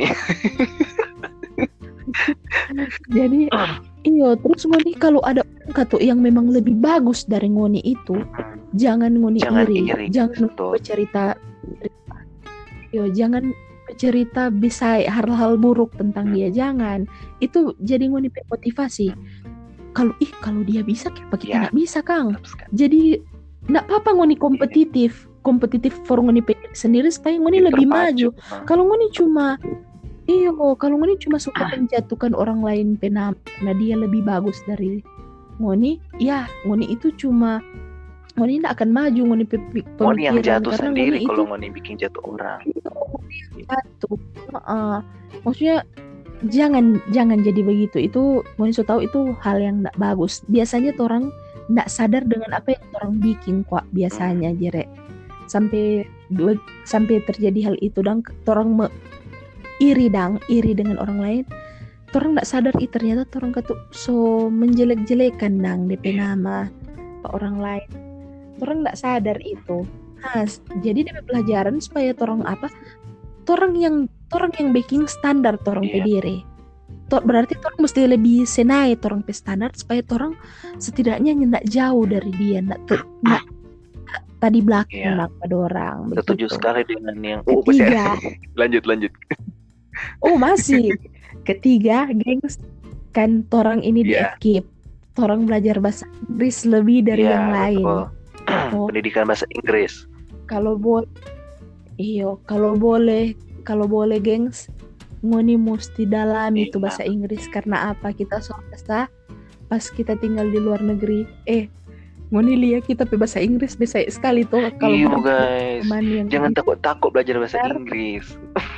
Jadi iyo terus ngoni kalau ada orang kata yang memang lebih bagus dari ngoni itu, Hmm, jangan ngoni Jangan iri, iri, jangan betul. bercerita, yo jangan bercerita bisa hal-hal buruk tentang Hmm. dia, jangan. Itu jadi ngoni pe motivasi. Kalau ih kalau dia bisa kenapa kita Ya. nggak bisa Kang? Betul sekali. Jadi nggak apa-apa ngoni kompetitif, kompetitif for ngoni pe sendiri supaya ngoni lebih maju. Terpacu. Hmm, Kalau ngoni cuma iyo, kalau ngoni cuma suka menjatuhkan orang lain pe nama karena dia lebih bagus dari ngoni, ya ngoni itu cuma ngoni tidak akan maju ngoni pe pe- Ngoni yang pemikiran jatuh karena sendiri ngoni itu kalau ngoni bikin jatuh orang. jatuh. Heeh. Maksudnya jangan jangan jadi begitu. Itu ngoni so tahu itu hal yang tidak bagus. Biasanya tuh orang tidak sadar dengan apa yang orang bikin kok biasanya jere sampai be- sampai terjadi hal itu dan orang me, iri dang iri dengan orang lain. Orang tidak sadar ih ternyata orang kata so menjelek-jelekan dang D P nama ke orang lain. Orang tidak sadar itu. Nah, s- jadi D P pelajaran supaya orang apa? Orang yang orang yang baking standar orang pe Iya. diri. To, berarti orang mesti lebih senai orang pe standar supaya orang setidaknya ndak jauh dari dia, ndak te- ndak tadi belakang Iya. lah pada orang. Setuju begitu. sekali dengan yang oh, Ketiga, lanjut lanjut. oh masih. Ketiga, gengs, kan torang ini di Iya. F K I P. Torang belajar bahasa Inggris lebih dari Iya, yang lain. betul. Oh, Pendidikan bahasa Inggris. kalau boleh, iyo, kalau boleh, kalau boleh, gengs, ngoni mesti dalami itu Iya. bahasa Inggris karena apa? Kita swasta, pas kita tinggal di luar negeri, eh, ngoni lihat kita pe bahasa Inggris bisa sekali tuh kalau Iya mau guys. teman yang Jangan takut-takut belajar bahasa Benar. Inggris.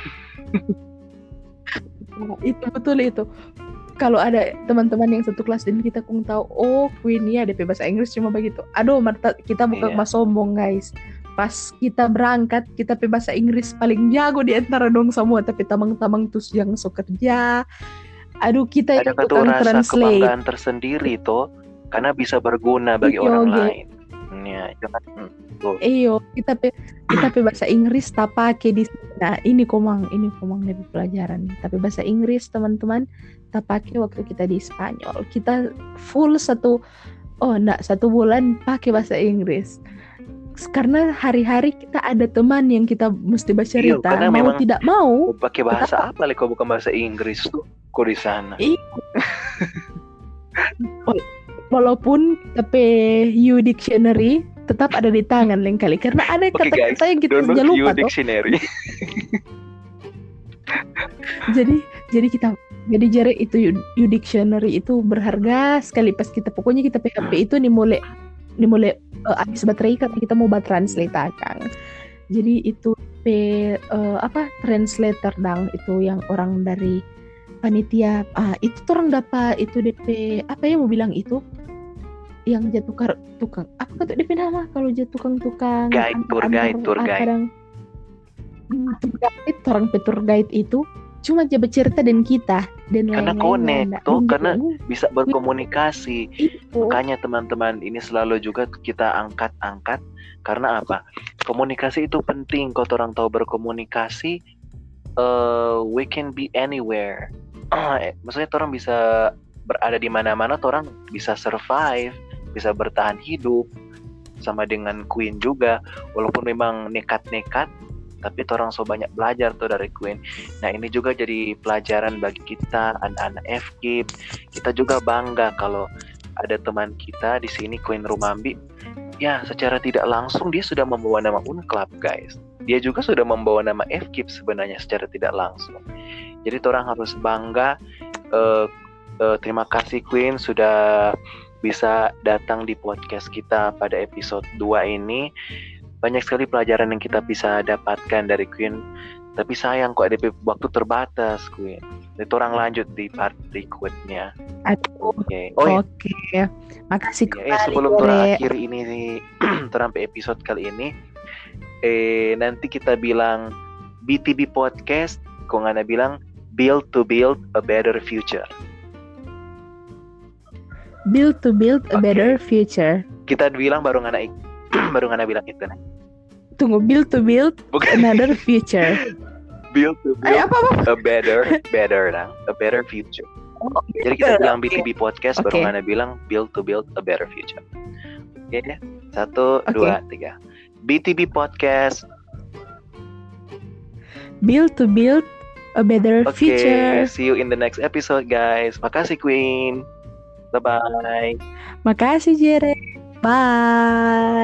itu betul itu. Kalau ada teman-teman yang satu kelas dan kita kung tahu, oh Queen ya D P bahasa Inggris cuma begitu. Aduh, Marta, kita bukan Iya. mas sombong guys. Pas kita berangkat, kita pe bahasa Inggris paling jago di antara dong semua. Tapi tamang-tamang terus yang so kerja. Aduh, kita Ada yang kata tukang rasa translate. kebanggaan tersendiri toh, karena bisa berguna bagi Iya, orang oke. lain. Ya, jangan hmm, tuh. Eyo, kita pe kita pe bahasa Inggris tak pakai di nah ini komang ini komang dari pelajaran. Tapi bahasa Inggris teman-teman tak pakai waktu kita di Spanyol. Kita full satu oh enggak satu bulan pakai bahasa Inggris. Karena hari-hari kita ada teman yang kita mesti bercerita, Iya, karena mau memang- tidak mau. Mau pakai bahasa apa lah kalau bukan bahasa Inggris tuh? Kok di sana? Walaupun kita pe U Dictionary tetap ada di tangan lain kali karena ada Oke, guys, kata-kata yang kita Download sudah lupa Q toh. Dictionary. jadi jadi kita jadi jare itu U- U Dictionary itu berharga sekali pas kita pokoknya kita P H P itu nih mulai nih mulai uh, habis baterai karena kita mau buat translate Kang. Jadi itu P uh, apa translator dang itu yang orang dari panitia ah itu tuh orang dapat itu D P apa ya mau bilang itu yang jatuh tukar tukang apa kata D P nama kalau jatuh tukang-tukang Guide, tour guide, tour guide. kadang tour guide orang pe tour guide itu cuma coba cerita dan kita dan Karena lain-lainnya. connect Nggak tuh, mungkin. karena bisa berkomunikasi. Itu. Makanya teman-teman ini selalu juga kita angkat-angkat. Karena apa? Komunikasi itu penting. Kalau orang tahu berkomunikasi, uh, we can be anywhere. Maksudnya orang bisa berada di mana-mana, orang bisa survive, bisa bertahan hidup. Sama dengan Queen juga, walaupun memang nekat-nekat, tapi orang so banyak belajar tuh dari Queen. Nah ini juga jadi pelajaran bagi kita anak-anak F K I P. Kita juga bangga kalau ada teman kita di sini, Queen Rumambi. Ya secara tidak langsung dia sudah membawa nama Unclub guys. Dia juga sudah membawa nama F K I P sebenarnya secara tidak langsung. Jadi orang harus bangga. Uh, uh, terima kasih Queen sudah bisa datang di podcast kita pada episode dua ini. Banyak sekali pelajaran yang kita bisa dapatkan dari Queen. Tapi sayang kok ada waktu terbatas Queen. Itu orang lanjut di part berikutnya. Oke. Okay. Oh iya. Oke. Makasih Ya, kembali. eh, sebelum Ore. orang akhir ini sampai episode kali ini, eh nanti kita bilang B T B Podcast, kok ngana bilang build to build a better future. Build to build a Oke. better future. Kita bilang baru ngana baru ngana bilang itu nah. Tunggu, build to build Bukan another future. build to Ay, build apa apa? a better better nah, a better future. Jadi kita bilang B T B Podcast baru Oke. ngana bilang build to build a better future. Oke ya. Satu, Oke. dua, tiga. B T B Podcast. Build to build a better Oke, future. see you in the next episode guys. Makasih Queen. Bye bye. Makasih Jere. Bye.